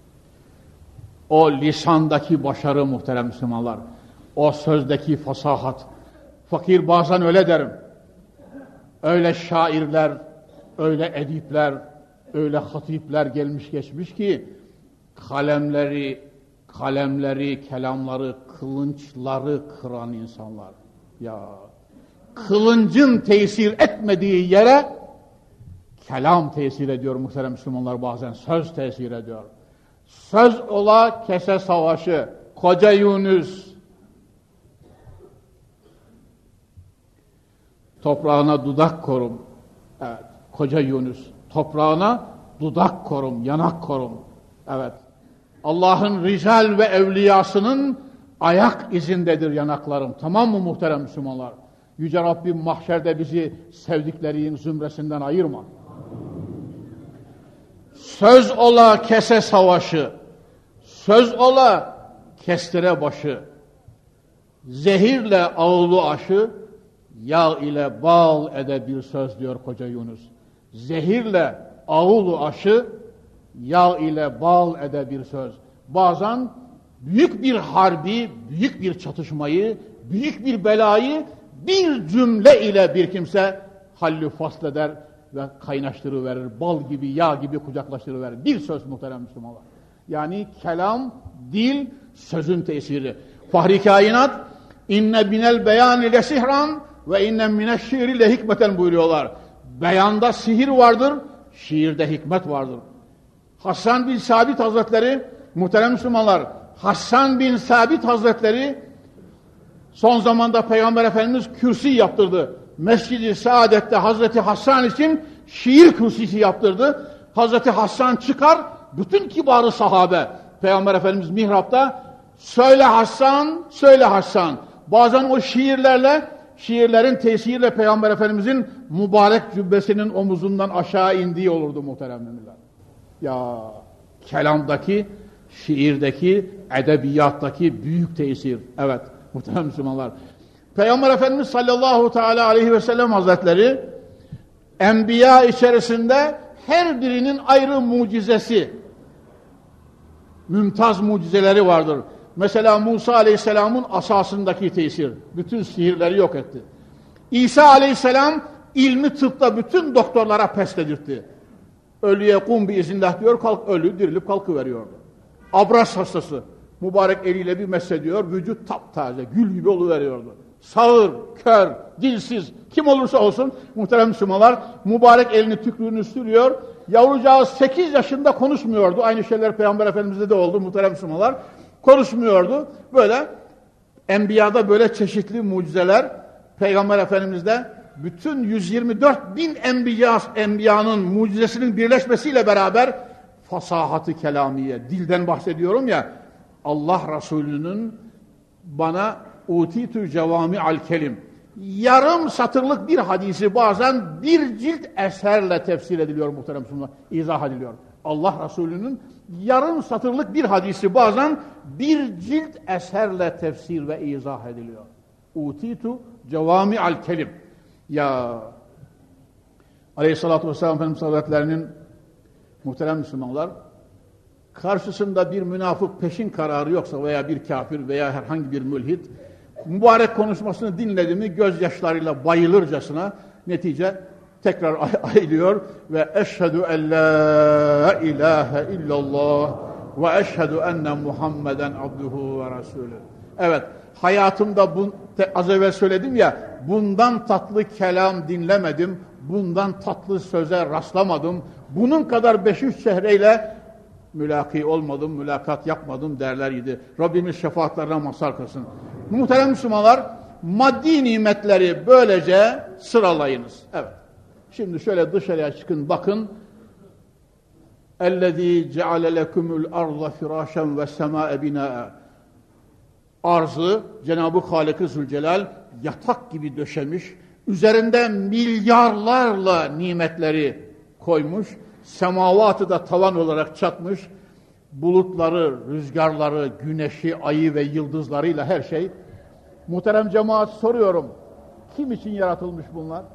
O lisandaki başarı muhterem Müslümanlar, o sözdeki fasahat. Fakir bazen öyle derim. Öyle şairler, öyle edipler, öyle hatipler gelmiş geçmiş ki kalemleri, kelamları, kılınçları kıran insanlar. Ya kılıncın tesir etmediği yere kelam tesir ediyor muhterem Müslümanlar, bazen söz tesir ediyor. Söz ola kese savaşı, Koca Yunus. Toprağına dudak korum. Evet, Koca Yunus. Toprağına dudak korum, yanak korum. Evet. Allah'ın rical ve evliyasının ayak izindedir yanaklarım. Tamam mı muhterem Müslümanlar? Yüce Rabbim mahşerde bizi sevdiklerinin zümresinden ayırma. Söz ola kese savaşı, söz ola kestire başı, zehirle ağlı aşı, yağ ile bal ede bir söz diyor Koca Yunus. Zehirle ağulu aşı, yağ ile bal ede bir söz. Bazen büyük bir harbi, büyük bir çatışmayı, büyük bir belayı bir cümle ile bir kimse hallü fasleder ve kaynaştırıverir. Bal gibi, yağ gibi kucaklaştırıverir. Bir söz muhterem Müslümanlar. Yani kelam, dil, sözün tesiri. Fahri kainat, inne binel beyani le sihran ve inne mineşşiiri le hikmeten buyuruyorlar. Beyanda sihir vardır, şiirde hikmet vardır. Hasan bin Sabit Hazretleri, muhterem Müslümanlar, Hasan bin Sabit Hazretleri son zamanda Peygamber Efendimiz kürsi yaptırdı. Mescid-i Saadet'te Hazreti Hasan için şiir kürsisi yaptırdı. Hazreti Hasan çıkar, bütün kibarı sahabe, Peygamber Efendimiz mihrapta, söyle Hasan, söyle Hasan. Bazen o şiirlerin tesiriyle Peygamber Efendimizin mübarek cübbesinin omuzundan aşağı indiği olurdu muhterem müminler. Ya kelamdaki, şiirdeki, edebiyattaki büyük tesir. Evet muhterem Müslümanlar. Peygamber Efendimiz sallallahu teala aleyhi ve sellem Hazretleri enbiya içerisinde her birinin ayrı mucizesi, mümtaz mucizeleri vardır. Mesela Musa aleyhisselamın asasındaki tesir, bütün sihirleri yok etti. İsa aleyhisselam ilmi tıpta bütün doktorlara pes edirtti. Ölüye kum biiznillah diyor, kalk, ölü dirilip kalkıveriyordu. Abras hastası, mübarek eliyle bir mesediyor, vücut taptaze, gül gibi oluveriyordu. Sağır, kör, dilsiz, kim olursa olsun muhterem Müslümanlar, mübarek elini tükrüğünü sürüyor. Yavrucağız 8 yaşında konuşmuyordu. Aynı şeyler Peygamber Efendimiz'de de oldu muhterem Müslümanlar. Konuşmuyordu. Böyle, Enbiya'da böyle çeşitli mucizeler, Peygamber Efendimiz'de bütün 124 bin enbiyanın mucizesinin birleşmesiyle beraber fasahatı kelamiye, dilden bahsediyorum ya, Allah Resulü'nün bana utitü cevami'al kelim, yarım satırlık bir hadisi bazen bir cilt eserle tefsir ediliyor muhterem Müslümanlar, izah ediliyor. Allah Resulü'nün yarım satırlık bir hadisi bazen bir cilt eserle tefsir ve izah ediliyor. Utitü cevami'al kelim. Ya Aleyhisselatü Vesselam Efendimiz Hazretlerinin muhterem Müslümanlar, karşısında bir münafık peşin kararı yoksa veya bir kafir veya herhangi bir mülhit, mübarek konuşmasını dinledi mi gözyaşlarıyla bayılırcasına netice tekrar ayılıyor ve eşhedü en la ilahe illallah ve eşhedü enne Muhammeden abduhu ve rasulü. Evet, hayatımda az evvel söyledim ya, bundan tatlı kelam dinlemedim, bundan tatlı söze rastlamadım, bunun kadar 500 çehreyle mülaki olmadım, mülakat yapmadım derler idi. Rabbimiz şefaatlerine mazhar kılsın. Muhterem Müslümanlar, maddi nimetleri böylece sıralayınız. Evet. Şimdi şöyle dışarıya çıkın, bakın. اَلَّذ۪ي جَعَلَ لَكُمُ الْاَرْضَ فِرَاشًا وَالسَّمَاءَ بِنَاءً. Arzı Cenab-ı Halik-i Zülcelal yatak gibi döşemiş, üzerinde milyarlarla nimetleri koymuş, semavatı da tavan olarak çatmış, bulutları, rüzgarları, güneşi, ayı ve yıldızlarıyla her şey. Muhterem cemaat, soruyorum, kim için yaratılmış bunlar?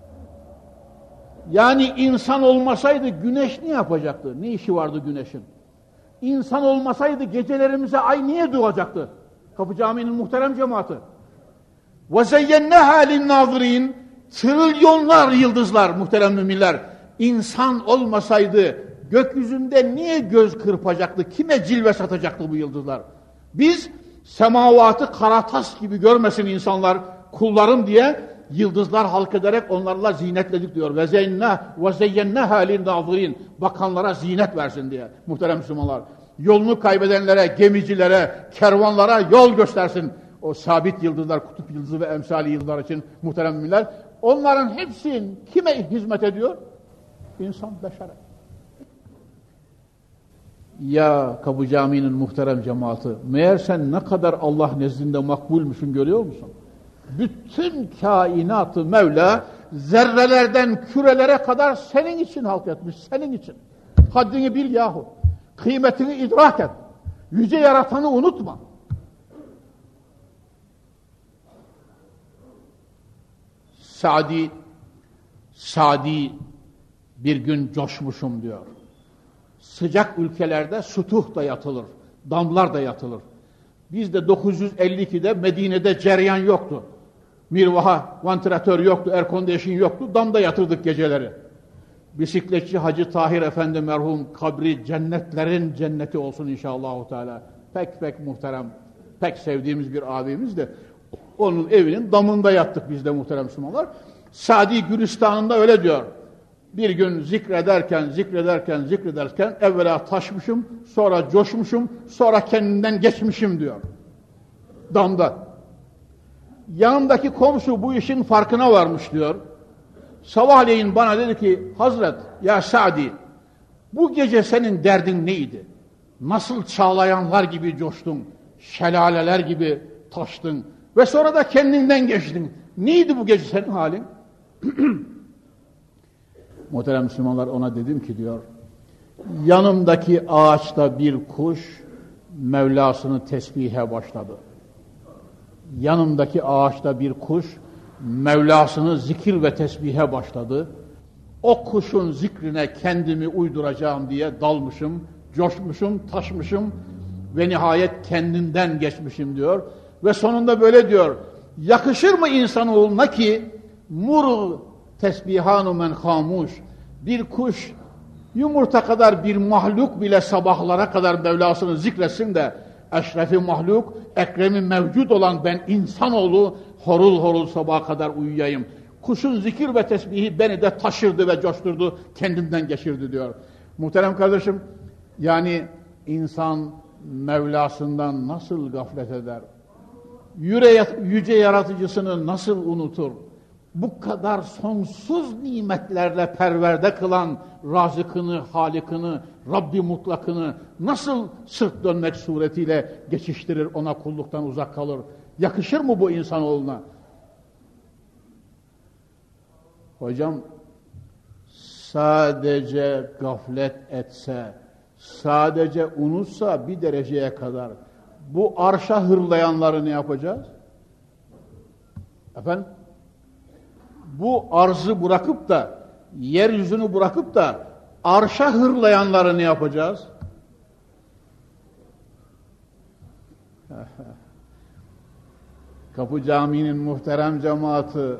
Yani insan olmasaydı güneş ne yapacaktı? Ne işi vardı güneşin? İnsan olmasaydı gecelerimize ay niye doğacaktı? Kapı Camii'nin muhterem cemaati. وَزَيَّنَّهَا لِلنَّاظِرِينَ. Trilyonlar yıldızlar muhterem müminler. İnsan olmasaydı gökyüzünde niye göz kırpacaktı? Kime cilve satacaktı bu yıldızlar? Biz semavatı karatas gibi görmesin insanlar, kullarım diye yıldızlar halk ederek onlarla zinetledik diyor. وَزَيَّنَّهَا لِلنَّاظِرِينَ. Bakanlara zinet versin diye muhterem Müslümanlar. Yolunu kaybedenlere, gemicilere, kervanlara yol göstersin. O sabit yıldızlar, kutup yıldızı ve emsali yıldızlar için muhterem müminler. Onların hepsi kime hizmet ediyor? İnsan, beşere. Ya Kapı Camii'nin muhterem cemaati, meğer sen ne kadar Allah nezdinde makbulmüşsün görüyor musun? Bütün kainatı Mevla zerrelerden kürelere kadar senin için halk etmiş, senin için. Haddini bil yahu, kıymetini idrak et, yüce yaratanı unutma. Sadi bir gün coşmuşum diyor. Sıcak ülkelerde sutuh da yatılır, damlar da yatılır. Bizde 952'de Medine'de cereyan yoktu. Mirvaha, vantilatör yoktu, air condition yoktu, damda yatırdık geceleri. Bisikletçi Hacı Tahir Efendi merhum, kabri cennetlerin cenneti olsun inşallah Teala. Pek muhterem, pek sevdiğimiz bir abimiz de onun evinin damında yattık biz de muhterem Müslümanlar. Sadi Gülistan'ında öyle diyor. Bir gün zikrederken evvela taşmışım, sonra coşmuşum, sonra kendimden geçmişim diyor. Damda. Yanımdaki komşu bu işin farkına varmış diyor. Sabahleyin bana dedi ki, Hazret, ya Sadi, bu gece senin derdin neydi? Nasıl çağlayanlar gibi coştun, şelaleler gibi taştın ve sonra da kendinden geçtin. Neydi bu gece senin halin? Muhterem Müslümanlar, ona dedim ki diyor, yanımdaki ağaçta bir kuş Mevlasını tesbihe başladı. Yanımdaki ağaçta bir kuş Mevlasını zikir ve tesbihe başladı. O kuşun zikrine kendimi uyduracağım diye dalmışım, coşmuşum, taşmışım ve nihayet kendimden geçmişim diyor. Ve sonunda böyle diyor, yakışır mı insanoğluna ki mur tesbihanu men hamuş, bir kuş yumurta kadar bir mahluk bile sabahlara kadar Mevlasını zikretsin de eşrefi mahluk, ekremi mevcut olan ben insanoğlu horul horul sabaha kadar uyuyayım. Kuşun zikir ve tesbihi beni de taşırdı ve coşturdu, kendimden geçirdi diyor. Muhterem kardeşim, yani insan Mevlasından nasıl gaflet eder? Yüce yaratıcısını nasıl unutur? Bu kadar sonsuz nimetlerle perverde kılan Razıkını, Halikını, Rabbi mutlakını nasıl sırt dönmek suretiyle geçiştirir, ona kulluktan uzak kalır? Yakışır mı bu insanoğluna? Hocam, sadece gaflet etse, sadece unutsa bir dereceye kadar bu arşa hırlayanları ne yapacağız? Efendim? Bu arzı bırakıp da, yeryüzünü bırakıp da arşa hırlayanları ne yapacağız? Kapı Camii'nin muhterem cemaati,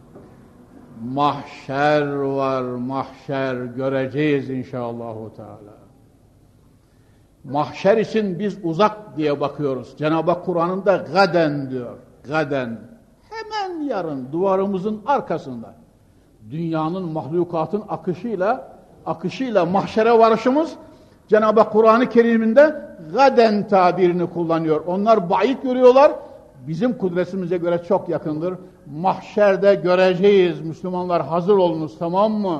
mahşer var, mahşer göreceğiz inşallahu Teala. Mahşer için biz uzak diye bakıyoruz. Cenab-ı Hak Kur'an'ında gaden diyor. Gaden. Hemen yarın duvarımızın arkasında. Dünyanın, mahlukatın akışıyla mahşere varışımız Cenab-ı Hak Kur'an-ı Kerim'inde gaden tabirini kullanıyor. Onlar ba'id görüyorlar. Bizim kudretimize göre çok yakındır. Mahşerde göreceğiz. Müslümanlar hazır olunuz, tamam mı?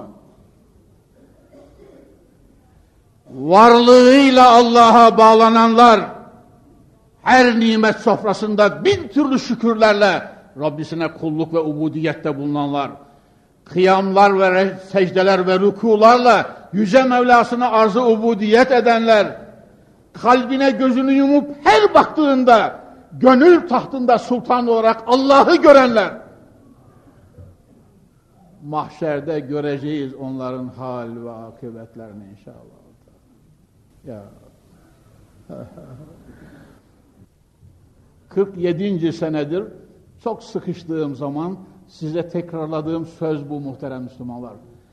Varlığıyla Allah'a bağlananlar her nimet sofrasında bin türlü şükürlerle Rabbisine kulluk ve ubudiyette bulunanlar, kıyamlar ve secdeler ve rükularla Yüce Mevlasına arz-ı ubudiyet edenler, kalbine gözünü yumup her baktığında gönül tahtında sultan olarak Allah'ı görenler, mahşerde göreceğiz onların hal ve akıbetlerini inşallah. Ya 47. senedir çok sıkıştığım zaman size tekrarladığım söz bu muhterem Müslümanlar.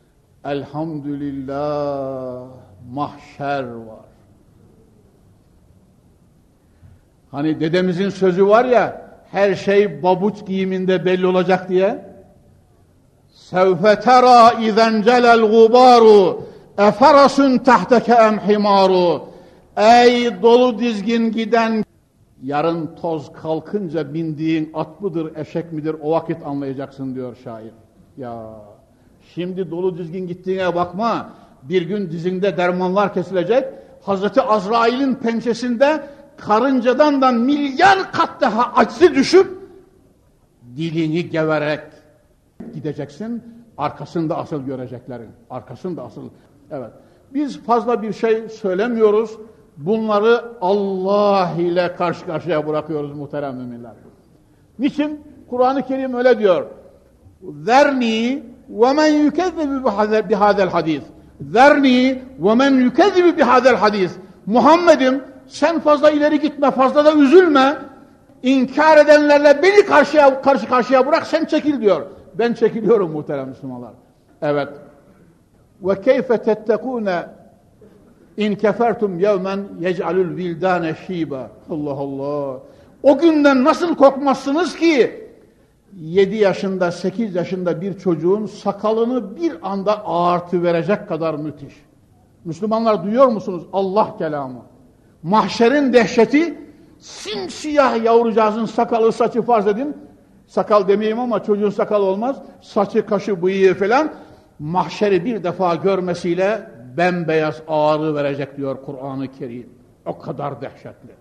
Elhamdülillah mahşer var. Hani dedemizin sözü var ya, her şey babuç giyiminde belli olacak diye. Sevfe tera izen celel gubaru eferasun tahteke emhimaru. Ey dolu dizgin giden, yarın toz kalkınca bindiğin at mıdır, eşek midir, o vakit anlayacaksın diyor şair. Ya şimdi dolu dizgin gittiğine bakma, bir gün dizinde dermanlar kesilecek, Hazreti Azrail'in pençesinde karıncadan da milyar kat daha aczi düşüp dilini geverek gideceksin, arkasında asıl göreceklerin, arkasında asıl. Evet, biz fazla bir şey söylemiyoruz, bunları Allah ile karşı karşıya bırakıyoruz muhterem müminler. Niçin? Kur'an-ı Kerim öyle diyor. Zerni ve men yukezzibu bihadel hadis. Zerni ve men yukezzibu bihadel hadis. Muhammed'im sen fazla ileri gitme, fazla da üzülme. İnkar edenlerle beni karşı karşıya bırak, sen çekil diyor. Ben çekiliyorum muhterem Müslümanlar. Evet. Ve keyfe tettekûne in kefertum yevmen yec'alul vildâne şîba. Allah Allah. O günden nasıl korkmazsınız ki 7 yaşında, 8 yaşında bir çocuğun sakalını bir anda ağartı verecek kadar müthiş. Müslümanlar duyuyor musunuz? Allah kelamı. Mahşerin dehşeti, simsiyah yavrucağızın sakalı, saçı farz edin. Sakal demeyeyim ama çocuğun sakal olmaz. Saçı, kaşı, bıyığı falan mahşeri bir defa görmesiyle bembeyaz ağrı verecek diyor Kur'an-ı Kerim. O kadar dehşetli.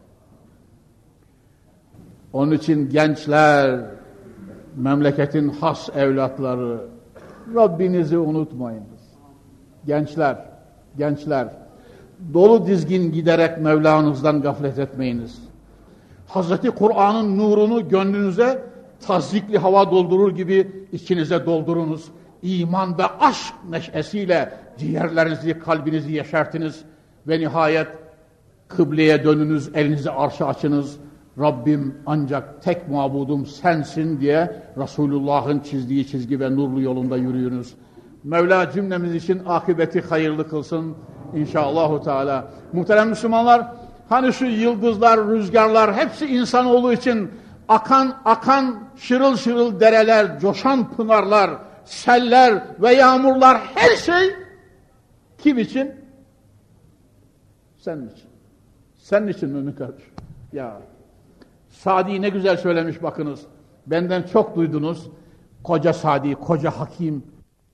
Onun için gençler, memleketin has evlatları, Rabbinizi unutmayınız. Gençler, dolu dizgin giderek Mevlanızdan gaflet etmeyiniz. Hazreti Kur'an'ın nurunu gönlünüze tazyikli hava doldurur gibi içinize doldurunuz. İman ve aşk neşesiyle ciğerlerinizi, kalbinizi yeşertiniz ve nihayet kıbleye dönünüz, elinizi arşa açınız. Rabbim ancak tek mabudum sensin diye Resulullah'ın çizdiği çizgi ve nurlu yolunda yürüyünüz. Mevla cümlemiz için akıbeti hayırlı kılsın inşallahü teala. Muhterem Müslümanlar, hani şu yıldızlar, rüzgarlar hepsi insanoğlu için akan şırıl şırıl dereler, coşan pınarlar, seller ve yağmurlar, her şey kim için? Senin için. Senin için mümin kardeş. Ya Sadi ne güzel söylemiş bakınız. Benden çok duydunuz. Koca Sadi, koca hakim.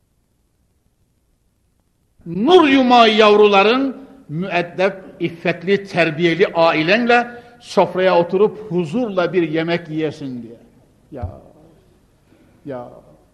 Nur yumağı yavruların müeddep, iffetli, terbiyeli ailenle sofraya oturup huzurla bir yemek yiyesin diye. Ya.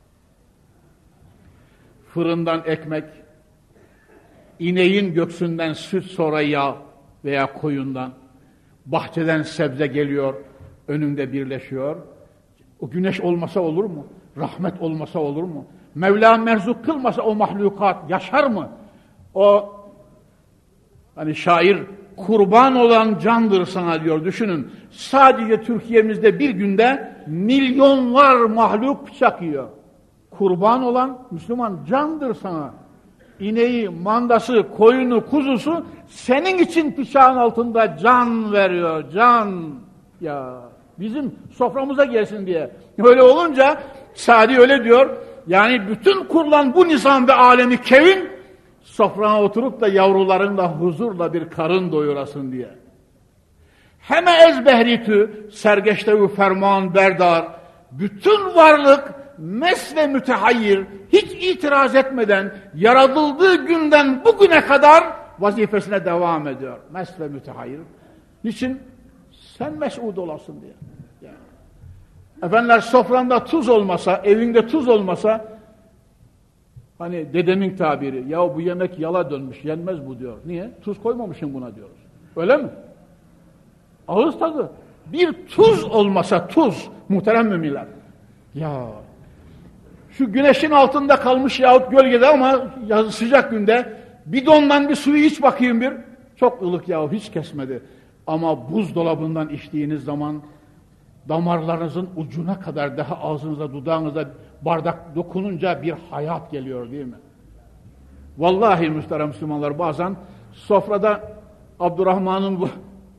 Fırından ekmek, ineğin göksünden süt, sonra yağ veya koyundan, bahçeden sebze geliyor, önünde birleşiyor. O güneş olmasa olur mu? Rahmet olmasa olur mu? Mevla merzuk kılmasa o mahlukat yaşar mı? O hani şair kurban olan candır sana diyor, düşünün. Sadece Türkiye'mizde bir günde milyonlar mahluk bıçak yiyor. Kurban olan Müslüman candır sana. İneği, mandası, koyunu, kuzusu senin için bıçağın altında can veriyor, can. Ya bizim soframıza gelsin diye. Öyle olunca Sadi öyle diyor. Yani bütün kurulan bu nizam ve alemi kevin sofrana oturup da yavrularınla huzurla bir karın doyurasın diye. Heme ezbehritü sergeçtevi ferman berdar, bütün varlık mes ve mütehayyir, hiç itiraz etmeden yaratıldığı günden bugüne kadar vazifesine devam ediyor. Mes ve mütehayyir. Niçin? Sen mes'ud olasın diye. Yani. Efendiler, sofranda tuz olmasa, evinde tuz olmasa, hani dedemin tabiri, ya bu yemek yala dönmüş, yenmez bu diyor. Niye? Tuz koymamışsın buna diyoruz. Öyle mi? Ağız tadı. Bir tuz olmasa, tuz, muhterem müminler. Ya şu güneşin altında kalmış yahut gölgede ama sıcak günde bidondan bir suyu iç bakayım bir. Çok ılık yahu, hiç kesmedi. Ama buzdolabından içtiğiniz zaman damarlarınızın ucuna kadar, daha ağzınıza, dudağınıza bardak dokununca bir hayat geliyor değil mi? Vallahi muhterem Müslümanlar, bazen sofrada Abdurrahman'ın bu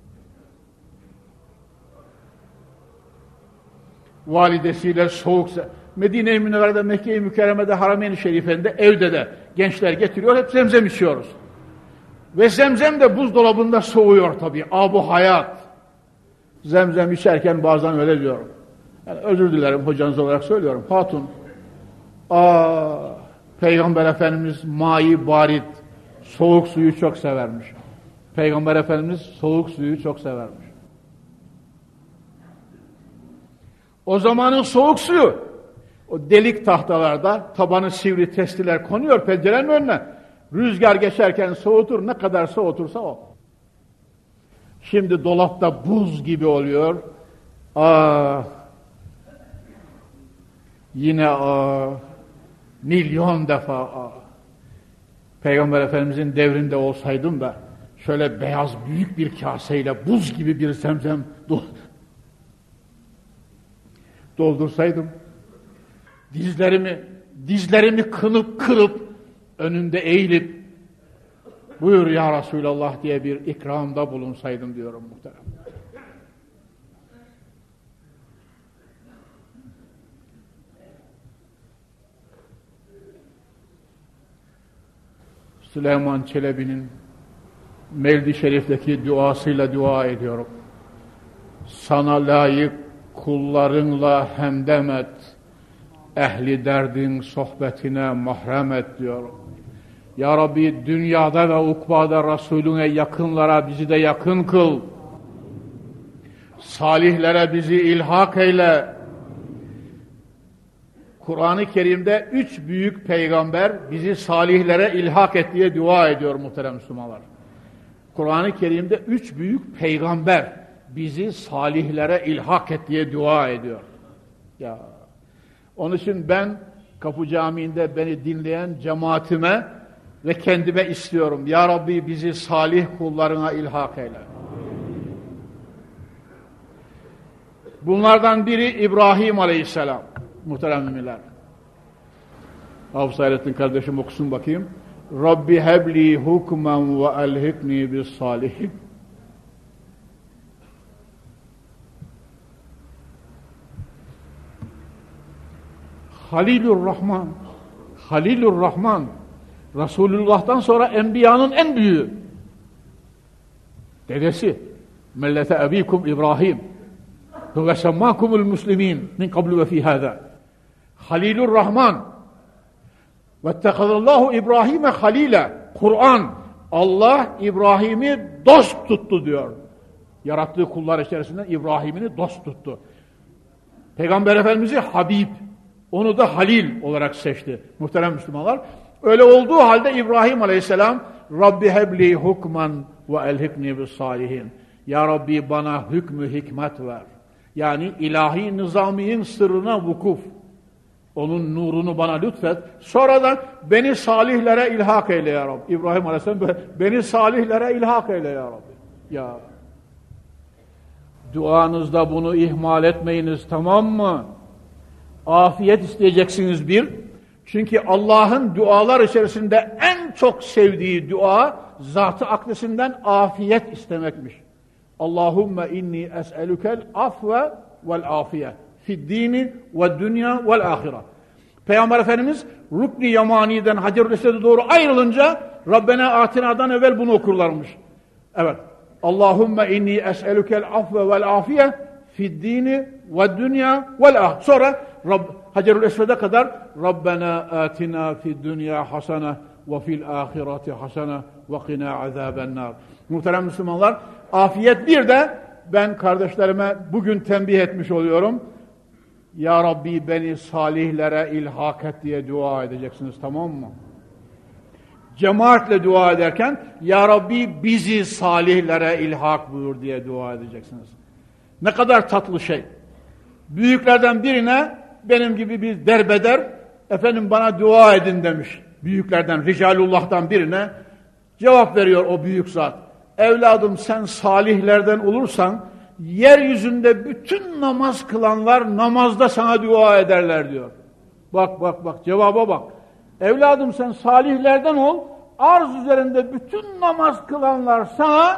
validesiyle soğuk, Medine-i Münevvere'de, Mekke-i Mükerreme'de, Harameyn-i Şerife'nde, evde de gençler getiriyor, hep zemzem içiyoruz. Ve zemzem de buzdolabında soğuyor tabii, ab-ı hayat. Zemzem içerken bazen öyle diyorum. Yani özür dilerim, hocanız olarak söylüyorum. Hatun, Peygamber Efendimiz mai barit, soğuk suyu çok severmiş. Peygamber Efendimiz soğuk suyu çok severmiş. O zamanın soğuk suyu, o delik tahtalarda tabanı sivri testiler konuyor pencerenin önüne. Rüzgar geçerken soğutur, ne kadar soğutursa o. Şimdi dolapta buz gibi oluyor. Yine milyon defa Peygamber Efendimizin devrinde olsaydım da şöyle beyaz büyük bir kaseyle buz gibi bir zemzem doldursaydım, dizlerimi kırıp önünde eğilip buyur ya Resulallah diye bir ikramda bulunsaydım diyorum muhterem. Süleyman Çelebi'nin Mevlid-i Şerif'teki duasıyla dua ediyorum. Sana layık kullarınla hemdem et, ehli derdin sohbetine mahrem et diyorum. Ya Rabbi dünyada ve ukbada Resulüne yakınlara bizi de yakın kıl. Salihlere bizi ilhak eyle. Kur'an-ı Kerim'de 3 büyük peygamber bizi salihlere ilhak et diye dua ediyor muhterem Müslümanlar. Kur'an-ı Kerim'de 3 büyük peygamber bizi salihlere ilhak et diye dua ediyor. Ya. Onun için ben Kapı Camii'nde beni dinleyen cemaatime ve kendime istiyorum. Ya Rabbi bizi salih kullarına ilhak eyle. Bunlardan biri İbrahim Aleyhisselam. Muhterem müminler. Hafız Hayrettin kardeşim okusun bakayım. Rabbi hebli hukmen ve elhikni bis salihin. Halilur Rahman. Resulullah'tan sonra enbiyanın en büyüğü. Dedesi. Millete abikum İbrahim. Ve semmakumul muslimin min qablu ve fi hâzâ. Halilur Rahman. Vettekadallahu İbrahim'e halile. Kur'an. Allah İbrahim'i dost tuttu diyor. Yarattığı kullar içerisinden İbrahim'ini dost tuttu. Peygamber Efendimiz'i Habib. Onu da Halil olarak seçti. Muhterem Müslümanlar. Öyle olduğu halde İbrahim Aleyhisselam Rabbi hebli hukman ve elhikni bis salihin. Ya Rabbi bana hükmü hikmet ver. Yani ilahi nizamiyin sırrına vukuf. Onun nurunu bana lütfet. Sonra da beni salihlere ilhak eyle ya Rabbi. İbrahim Aleyhisselam beni salihlere ilhak eyle ya Rabbi. Ya. Duanızda bunu ihmal etmeyiniz, tamam mı? Afiyet isteyeceksiniz bir. Çünkü Allah'ın dualar içerisinde en çok sevdiği dua zat-ı akdesinden afiyet istemekmiş. Allahümme inni es'elükel afve vel afiye fid dini ve dünya vel ahire. Peygamber Efendimiz Rukn-i Yamani'den Hacer-ül Esved'e doğru ayrılınca Rabbena Atina'dan evvel bunu okurlarmış. Evet. Allahümme inni es'elükel afve vel afiye fid dini ve dünya vel ahire. Sonra Hacer-ül Esved'e kadar Rabbena atina fid dünya hasene ve fil ahireti hasene ve qina azabennar. Muhterem Müslümanlar, afiyet bir de ben kardeşlerime bugün tembih etmiş oluyorum. Ya Rabbi beni salihlere ilhak et diye dua edeceksiniz, tamam mı? Cemaatle dua ederken Ya Rabbi bizi salihlere ilhak buyur diye dua edeceksiniz. Ne kadar tatlı şey. Büyüklerden birine benim gibi bir derbeder efendim bana dua edin demiş. Büyüklerden, Ricalullah'tan birine cevap veriyor o büyük zat. Evladım sen salihlerden olursan yeryüzünde bütün namaz kılanlar namazda sana dua ederler diyor. Bak cevaba bak. Evladım sen salihlerden ol, arz üzerinde bütün namaz kılanlar sana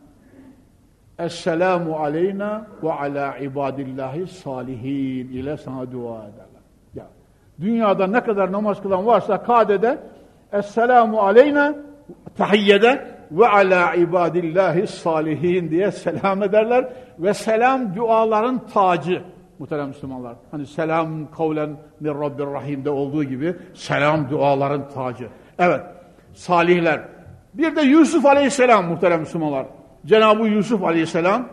Esselamu aleyna ve ala ibadillahi salihin ile sana dua ederler. Ya, dünyada ne kadar namaz kılan varsa Kade'de Esselamu aleyna tahiyyede ve ala ibadillahi salihin diye selam ederler ve selam duaların tacı muhterem Müslümanlar. Hani selam kavlen min Rabbir Rahim'de olduğu gibi selam duaların tacı. Evet, salihler. Bir de Yusuf Aleyhisselam muhterem Müslümanlar. Cenab-ı Yusuf Aleyhisselam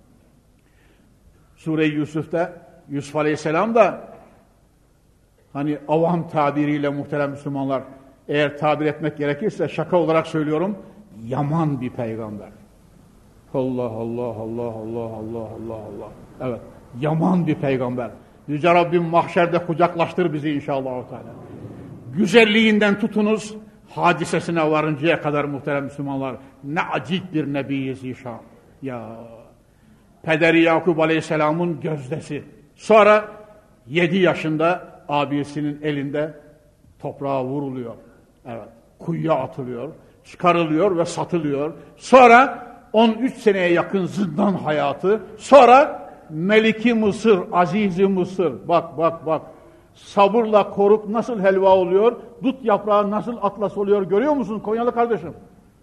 Sure-i Yusuf'ta Yusuf Aleyhisselam da hani avam tabiriyle muhterem Müslümanlar eğer tabir etmek gerekirse şaka olarak söylüyorum yaman bir peygamber. Allah Allah Allah Allah Allah Allah Allah. Evet, yaman bir peygamber. Yüce Rabbim mahşerde kucaklaştır bizi inşallah. Güzelliğinden tutunuz, hadisesine varıncaya kadar muhterem Müslümanlar. Ne acip bir nebiyiz inşallah. Ya Pederi Yakup Aleyhisselam'ın gözdesi. Sonra 7 yaşında abisinin elinde toprağa vuruluyor. Evet, kuyuya atılıyor, çıkarılıyor ve satılıyor. Sonra 13 seneye yakın zindan hayatı. Sonra Meliki Mısır, Azizi Mısır. Bak. Sabırla koruk nasıl helva oluyor? Dut yaprağı nasıl atlas oluyor? Görüyor musun Konyalı kardeşim?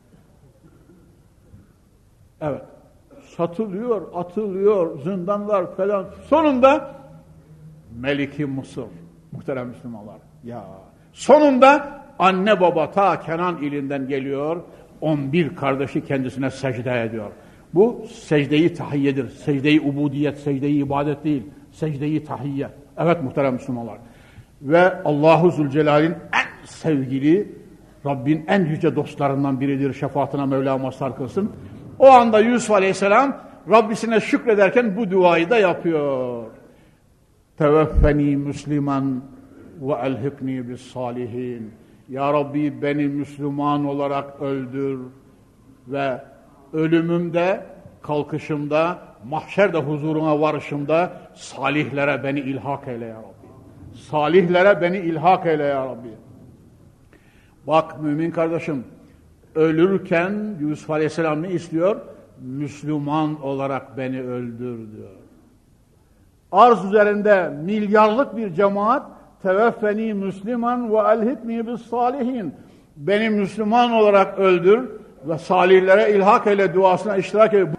Evet. Satılıyor, atılıyor, zindanlar falan. Sonunda Meliki Mısır. Muhterem Müslümanlar. Ya. Sonunda anne baba ta Kenan ilinden geliyor. 11 kardeşi kendisine secde ediyor. Bu secde-i tahiyyedir. Secde-i ubudiyet, secde-i ibadet değil. Secde-i tahiyye. Evet muhterem Müslümanlar. Ve Allahu Zülcelal'in en sevgili, Rabbin en yüce dostlarından biridir. Şefaatine Mevla mazhar kılsın. O anda Yusuf Aleyhisselam Rabbisine şükrederken bu duayı da yapıyor. Teveffeni Müslüman ve elhikni bis salihin. Ya Rabbi beni Müslüman olarak öldür ve ölümümde, kalkışımda, mahşerde huzuruna varışımda salihlere beni ilhak eyle ya Rabbi. Salihlere beni ilhak eyle ya Rabbi. Bak mümin kardeşim, ölürken Yusuf Aleyhisselam ne istiyor? Müslüman olarak beni öldür diyor. Arz üzerinde milyarlık bir cemaat teveffeni Müslüman ve elhikni bis salihin. Beni Müslüman olarak öldür ve salihlere ilhak eyle duasına iştirak eyle.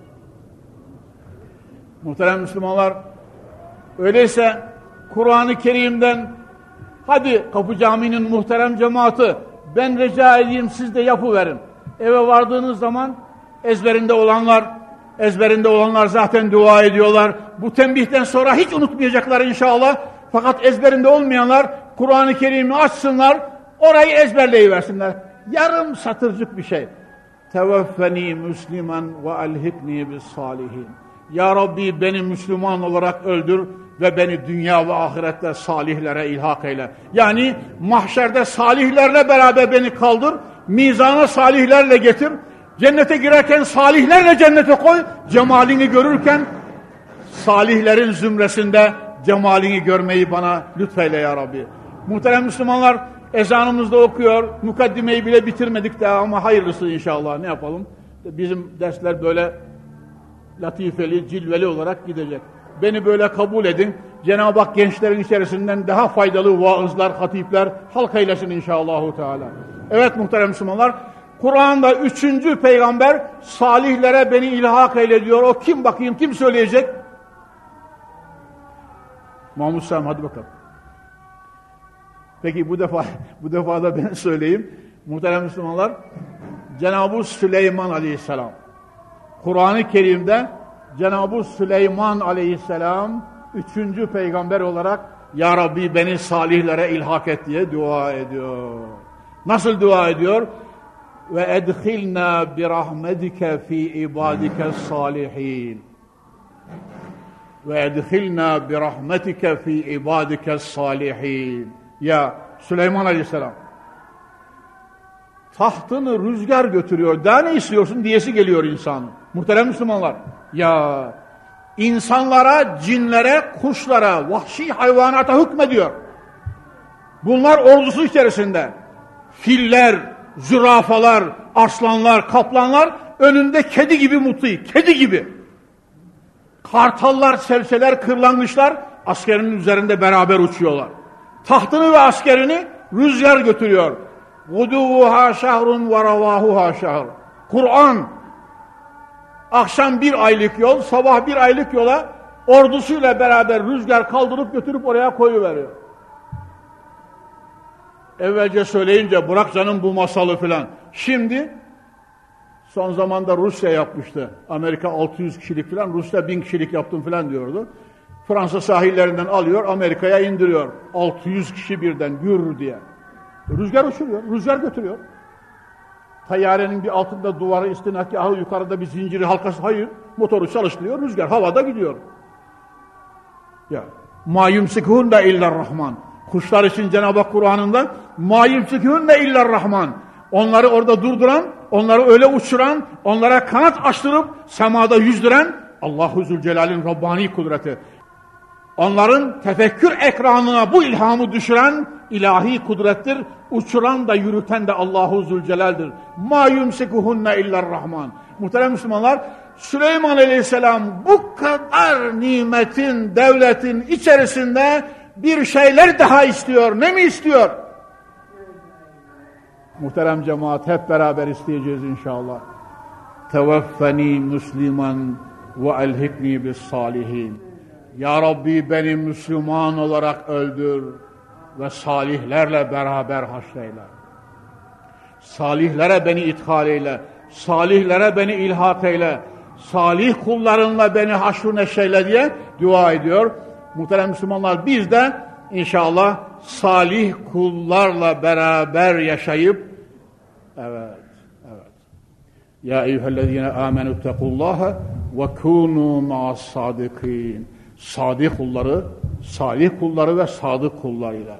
Muhterem Müslümanlar, öyleyse Kur'an-ı Kerim'den hadi Kapı Camii'nin muhterem cemaati ben rica edeyim siz de yapıverin. Eve vardığınız zaman ezberinde olanlar zaten dua ediyorlar. Bu tembihten sonra hiç unutmayacaklar inşallah. Fakat ezberinde olmayanlar Kur'an-ı Kerim'i açsınlar, orayı ezberleyiversinler. Yarım satırcık bir şey. Teveffeni Müslüman ve elhikni bis salihin. Ya Rabbi beni Müslüman olarak öldür ve beni dünya ve ahirette salihlere ilhak eyle. Yani mahşerde salihlerle beraber beni kaldır, mizana salihlerle getir, cennete girerken salihlerle cennete koy, cemalini görürken salihlerin zümresinde cemalini görmeyi bana lütfeyle ya Rabbi. Muhterem Müslümanlar, ezanımızda okuyor, mukaddimeyi bile bitirmedik daha ama hayırlısı inşallah, ne yapalım? Bizim dersler böyle latifeli, cilveli olarak gidecek. Beni böyle kabul edin. Cenab-ı Hak gençlerin içerisinden daha faydalı vaızlar, hatipler halk eylesin inşallahu teala. Evet muhterem Müslümanlar, Kur'an'da 3. peygamber salihlere beni ilhak eyle diyor. O kim bakayım, kim söyleyecek? Mahmud Sami, hadi bakalım. Peki bu defa da ben söyleyeyim. Muhterem Müslümanlar, Cenab-ı Süleyman Aleyhisselam. Kur'an-ı Kerim'de Cenab-ı Süleyman Aleyhisselam 3. peygamber olarak Ya Rabbi beni salihlere ilhak et diye dua ediyor. Nasıl dua ediyor? Ve edhilna bi rahmetike fi ibadike salihin. Ve edhilna bi rahmetike fi ibadike salihin. Ya Süleyman Aleyhisselam, tahtını rüzgar götürüyor. Daha ne istiyorsun diyesi geliyor insan. Muhterem Müslümanlar. Ya insanlara, cinlere, kuşlara, vahşi hayvanata hükmediyor. Bunlar ordusu içerisinde. Filler, zürafalar, arslanlar, kaplanlar önünde kedi gibi mutlu. Kedi gibi. Kartallar, sevseler, kırlangıçlar askerinin üzerinde beraber uçuyorlar. Tahtını ve askerini rüzgar götürüyor. Guduvuha şahrun ve ravahuha şahr. Kur'an akşam 1 aylık yol, sabah 1 aylık yola ordusuyla beraber rüzgar kaldırıp götürüp oraya koyuveriyor. Evvelce söyleyince bırak canım bu masalı filan. Şimdi son zamanda Rusya yapmıştı. Amerika 600 kişilik filan, Rusya 1000 kişilik yaptım filan diyordu. Fransa sahillerinden alıyor, Amerika'ya indiriyor. 600 kişi birden gür diye. Rüzgar uçuruyor, rüzgar götürüyor. Tayyarenin bir altında duvarı, istinakahı, yukarıda bir zinciri halkası, hayır. Motoru çalıştırıyor, rüzgar havada gidiyor. Ya Ma yumsikuhunne illerrahman. Kuşlar için Cenab-ı Hak Kur'an'ında ma yumsikuhunne illerrahman. Onları orada durduran, onları öyle uçuran, onlara kanat açtırıp semada yüzdüren Allahu Zülcelal'in Rabbani kudreti. Onların tefekkür ekranına bu ilhamı düşüren ilahi kudrettir. Uçuran da yürüten de Allahu Zülcelal'dir. Ma yumsikuhunne illerrahman. Muhterem Müslümanlar, Süleyman Aleyhisselam bu kadar nimetin, devletin içerisinde bir şeyler daha istiyor. Ne mi istiyor? Muhterem cemaat, hep beraber isteyeceğiz inşallah. Teveffeni Müslüman ve elhikni bis salihin. Ya Rabbi, beni Müslüman olarak öldür ve salihlerle beraber haşreyle. Salihlere beni ithal eyle. Salihlere beni ilhak eyle. Salih kullarınla beni haşr neşeyle diye dua ediyor. Muhterem Müslümanlar, biz de inşallah salih kullarla beraber yaşayıp evet. Ya eyyühellezine amenüttekullaha ve kûnû ma'as-sâdikîn. Sadık kulları, salih kulları ve sadık kullarıyla.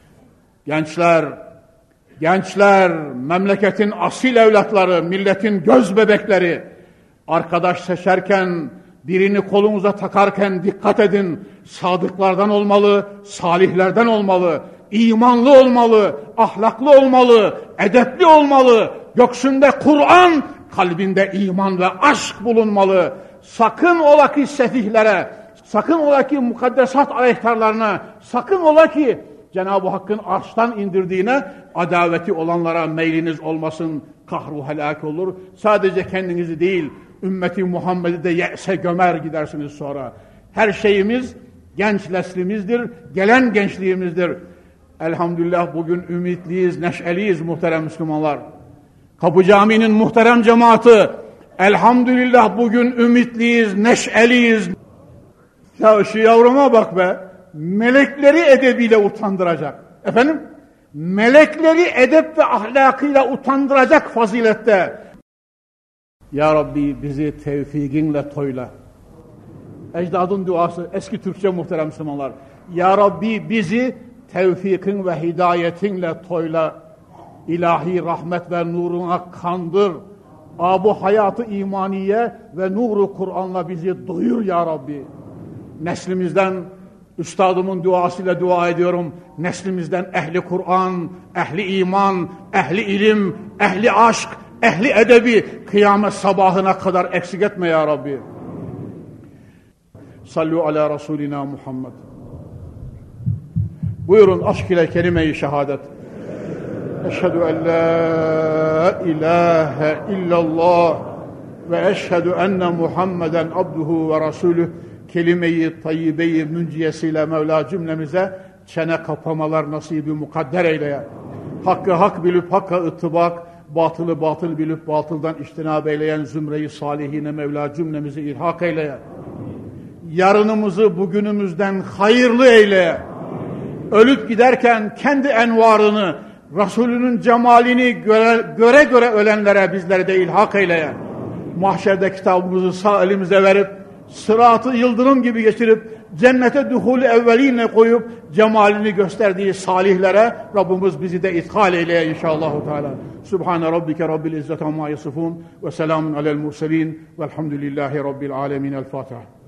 Gençler, memleketin asil evlatları, milletin göz bebekleri, arkadaş seçerken, birini kolunuza takarken dikkat edin. Sadıklardan olmalı, salihlerden olmalı, imanlı olmalı, ahlaklı olmalı, edepli olmalı. Göksünde Kur'an, kalbinde iman ve aşk bulunmalı. Sakın ola ki sefihlere, sakın ola ki mukaddesat aleyhtarlarına, sakın ola ki Cenab-ı Hakk'ın arştan indirdiğine adaveti olanlara meyliniz olmasın, kahru helak olur. Sadece kendinizi değil, ümmeti Muhammed'i de ye'se gömer gidersiniz sonra. Her şeyimiz genç neslimizdir, gelen gençliğimizdir. Elhamdülillah bugün ümitliyiz, neşeliyiz muhterem Müslümanlar. Kapı Camii'nin muhterem cemaati, elhamdülillah bugün ümitliyiz, neşeliyiz. Ya şu yavruma bak be, melekleri edebiyle utandıracak. Efendim? Melekleri edep ve ahlakıyla utandıracak fazilette. Ya Rabbi, bizi tevfikinle toyla. Ecdadın duası, eski Türkçe muhterem Müslümanlar. Ya Rabbi, bizi tevfikin ve hidayetinle toyla. İlahi rahmet ve nuruna kandır. Abu hayatı imaniye ve nuru Kur'an'la bizi doyur ya Rabbi. Neslimizden, üstadımın duasıyla dua ediyorum, neslimizden ehli Kur'an, ehli iman, ehli ilim, ehli aşk, ehli edebi kıyamet sabahına kadar eksik etme ya Rabbi. Sallu ala Resulina Muhammed. Buyurun aşk ile kelime-i şehadet. Eşhedü en la ilahe illallah ve eşhedü enne Muhammeden abduhu ve rasulüh. Kelime-i tayyibe-i münciyesiyle Mevla cümlemize çene kapamalar nasibi mukadder eyle ya. Hakkı hak bilip hakka ıttibak, batılı batıl bilip batıldan içtinab eyleyen zümre-i salihine Mevla cümlemizi ilhak eyle ya. Yarınımızı bugünümüzden hayırlı eyle ya. Ölüp giderken kendi envarını, Resulünün cemalini göre göre ölenlere bizleri de ilhak eyle ya. Mahşerde kitabımızı sağ elimize verip, sıratı yıldırım gibi geçirip, cennete duhul evveline koyup, cemalini gösterdiği salihlere Rabbimiz bizi de ithal eyle inşallahu teala. Subhane rabbike rabbil izzeti amma yasifun ve selamun alel murselin velhamdülillahi rabbil alemin. El Fatiha.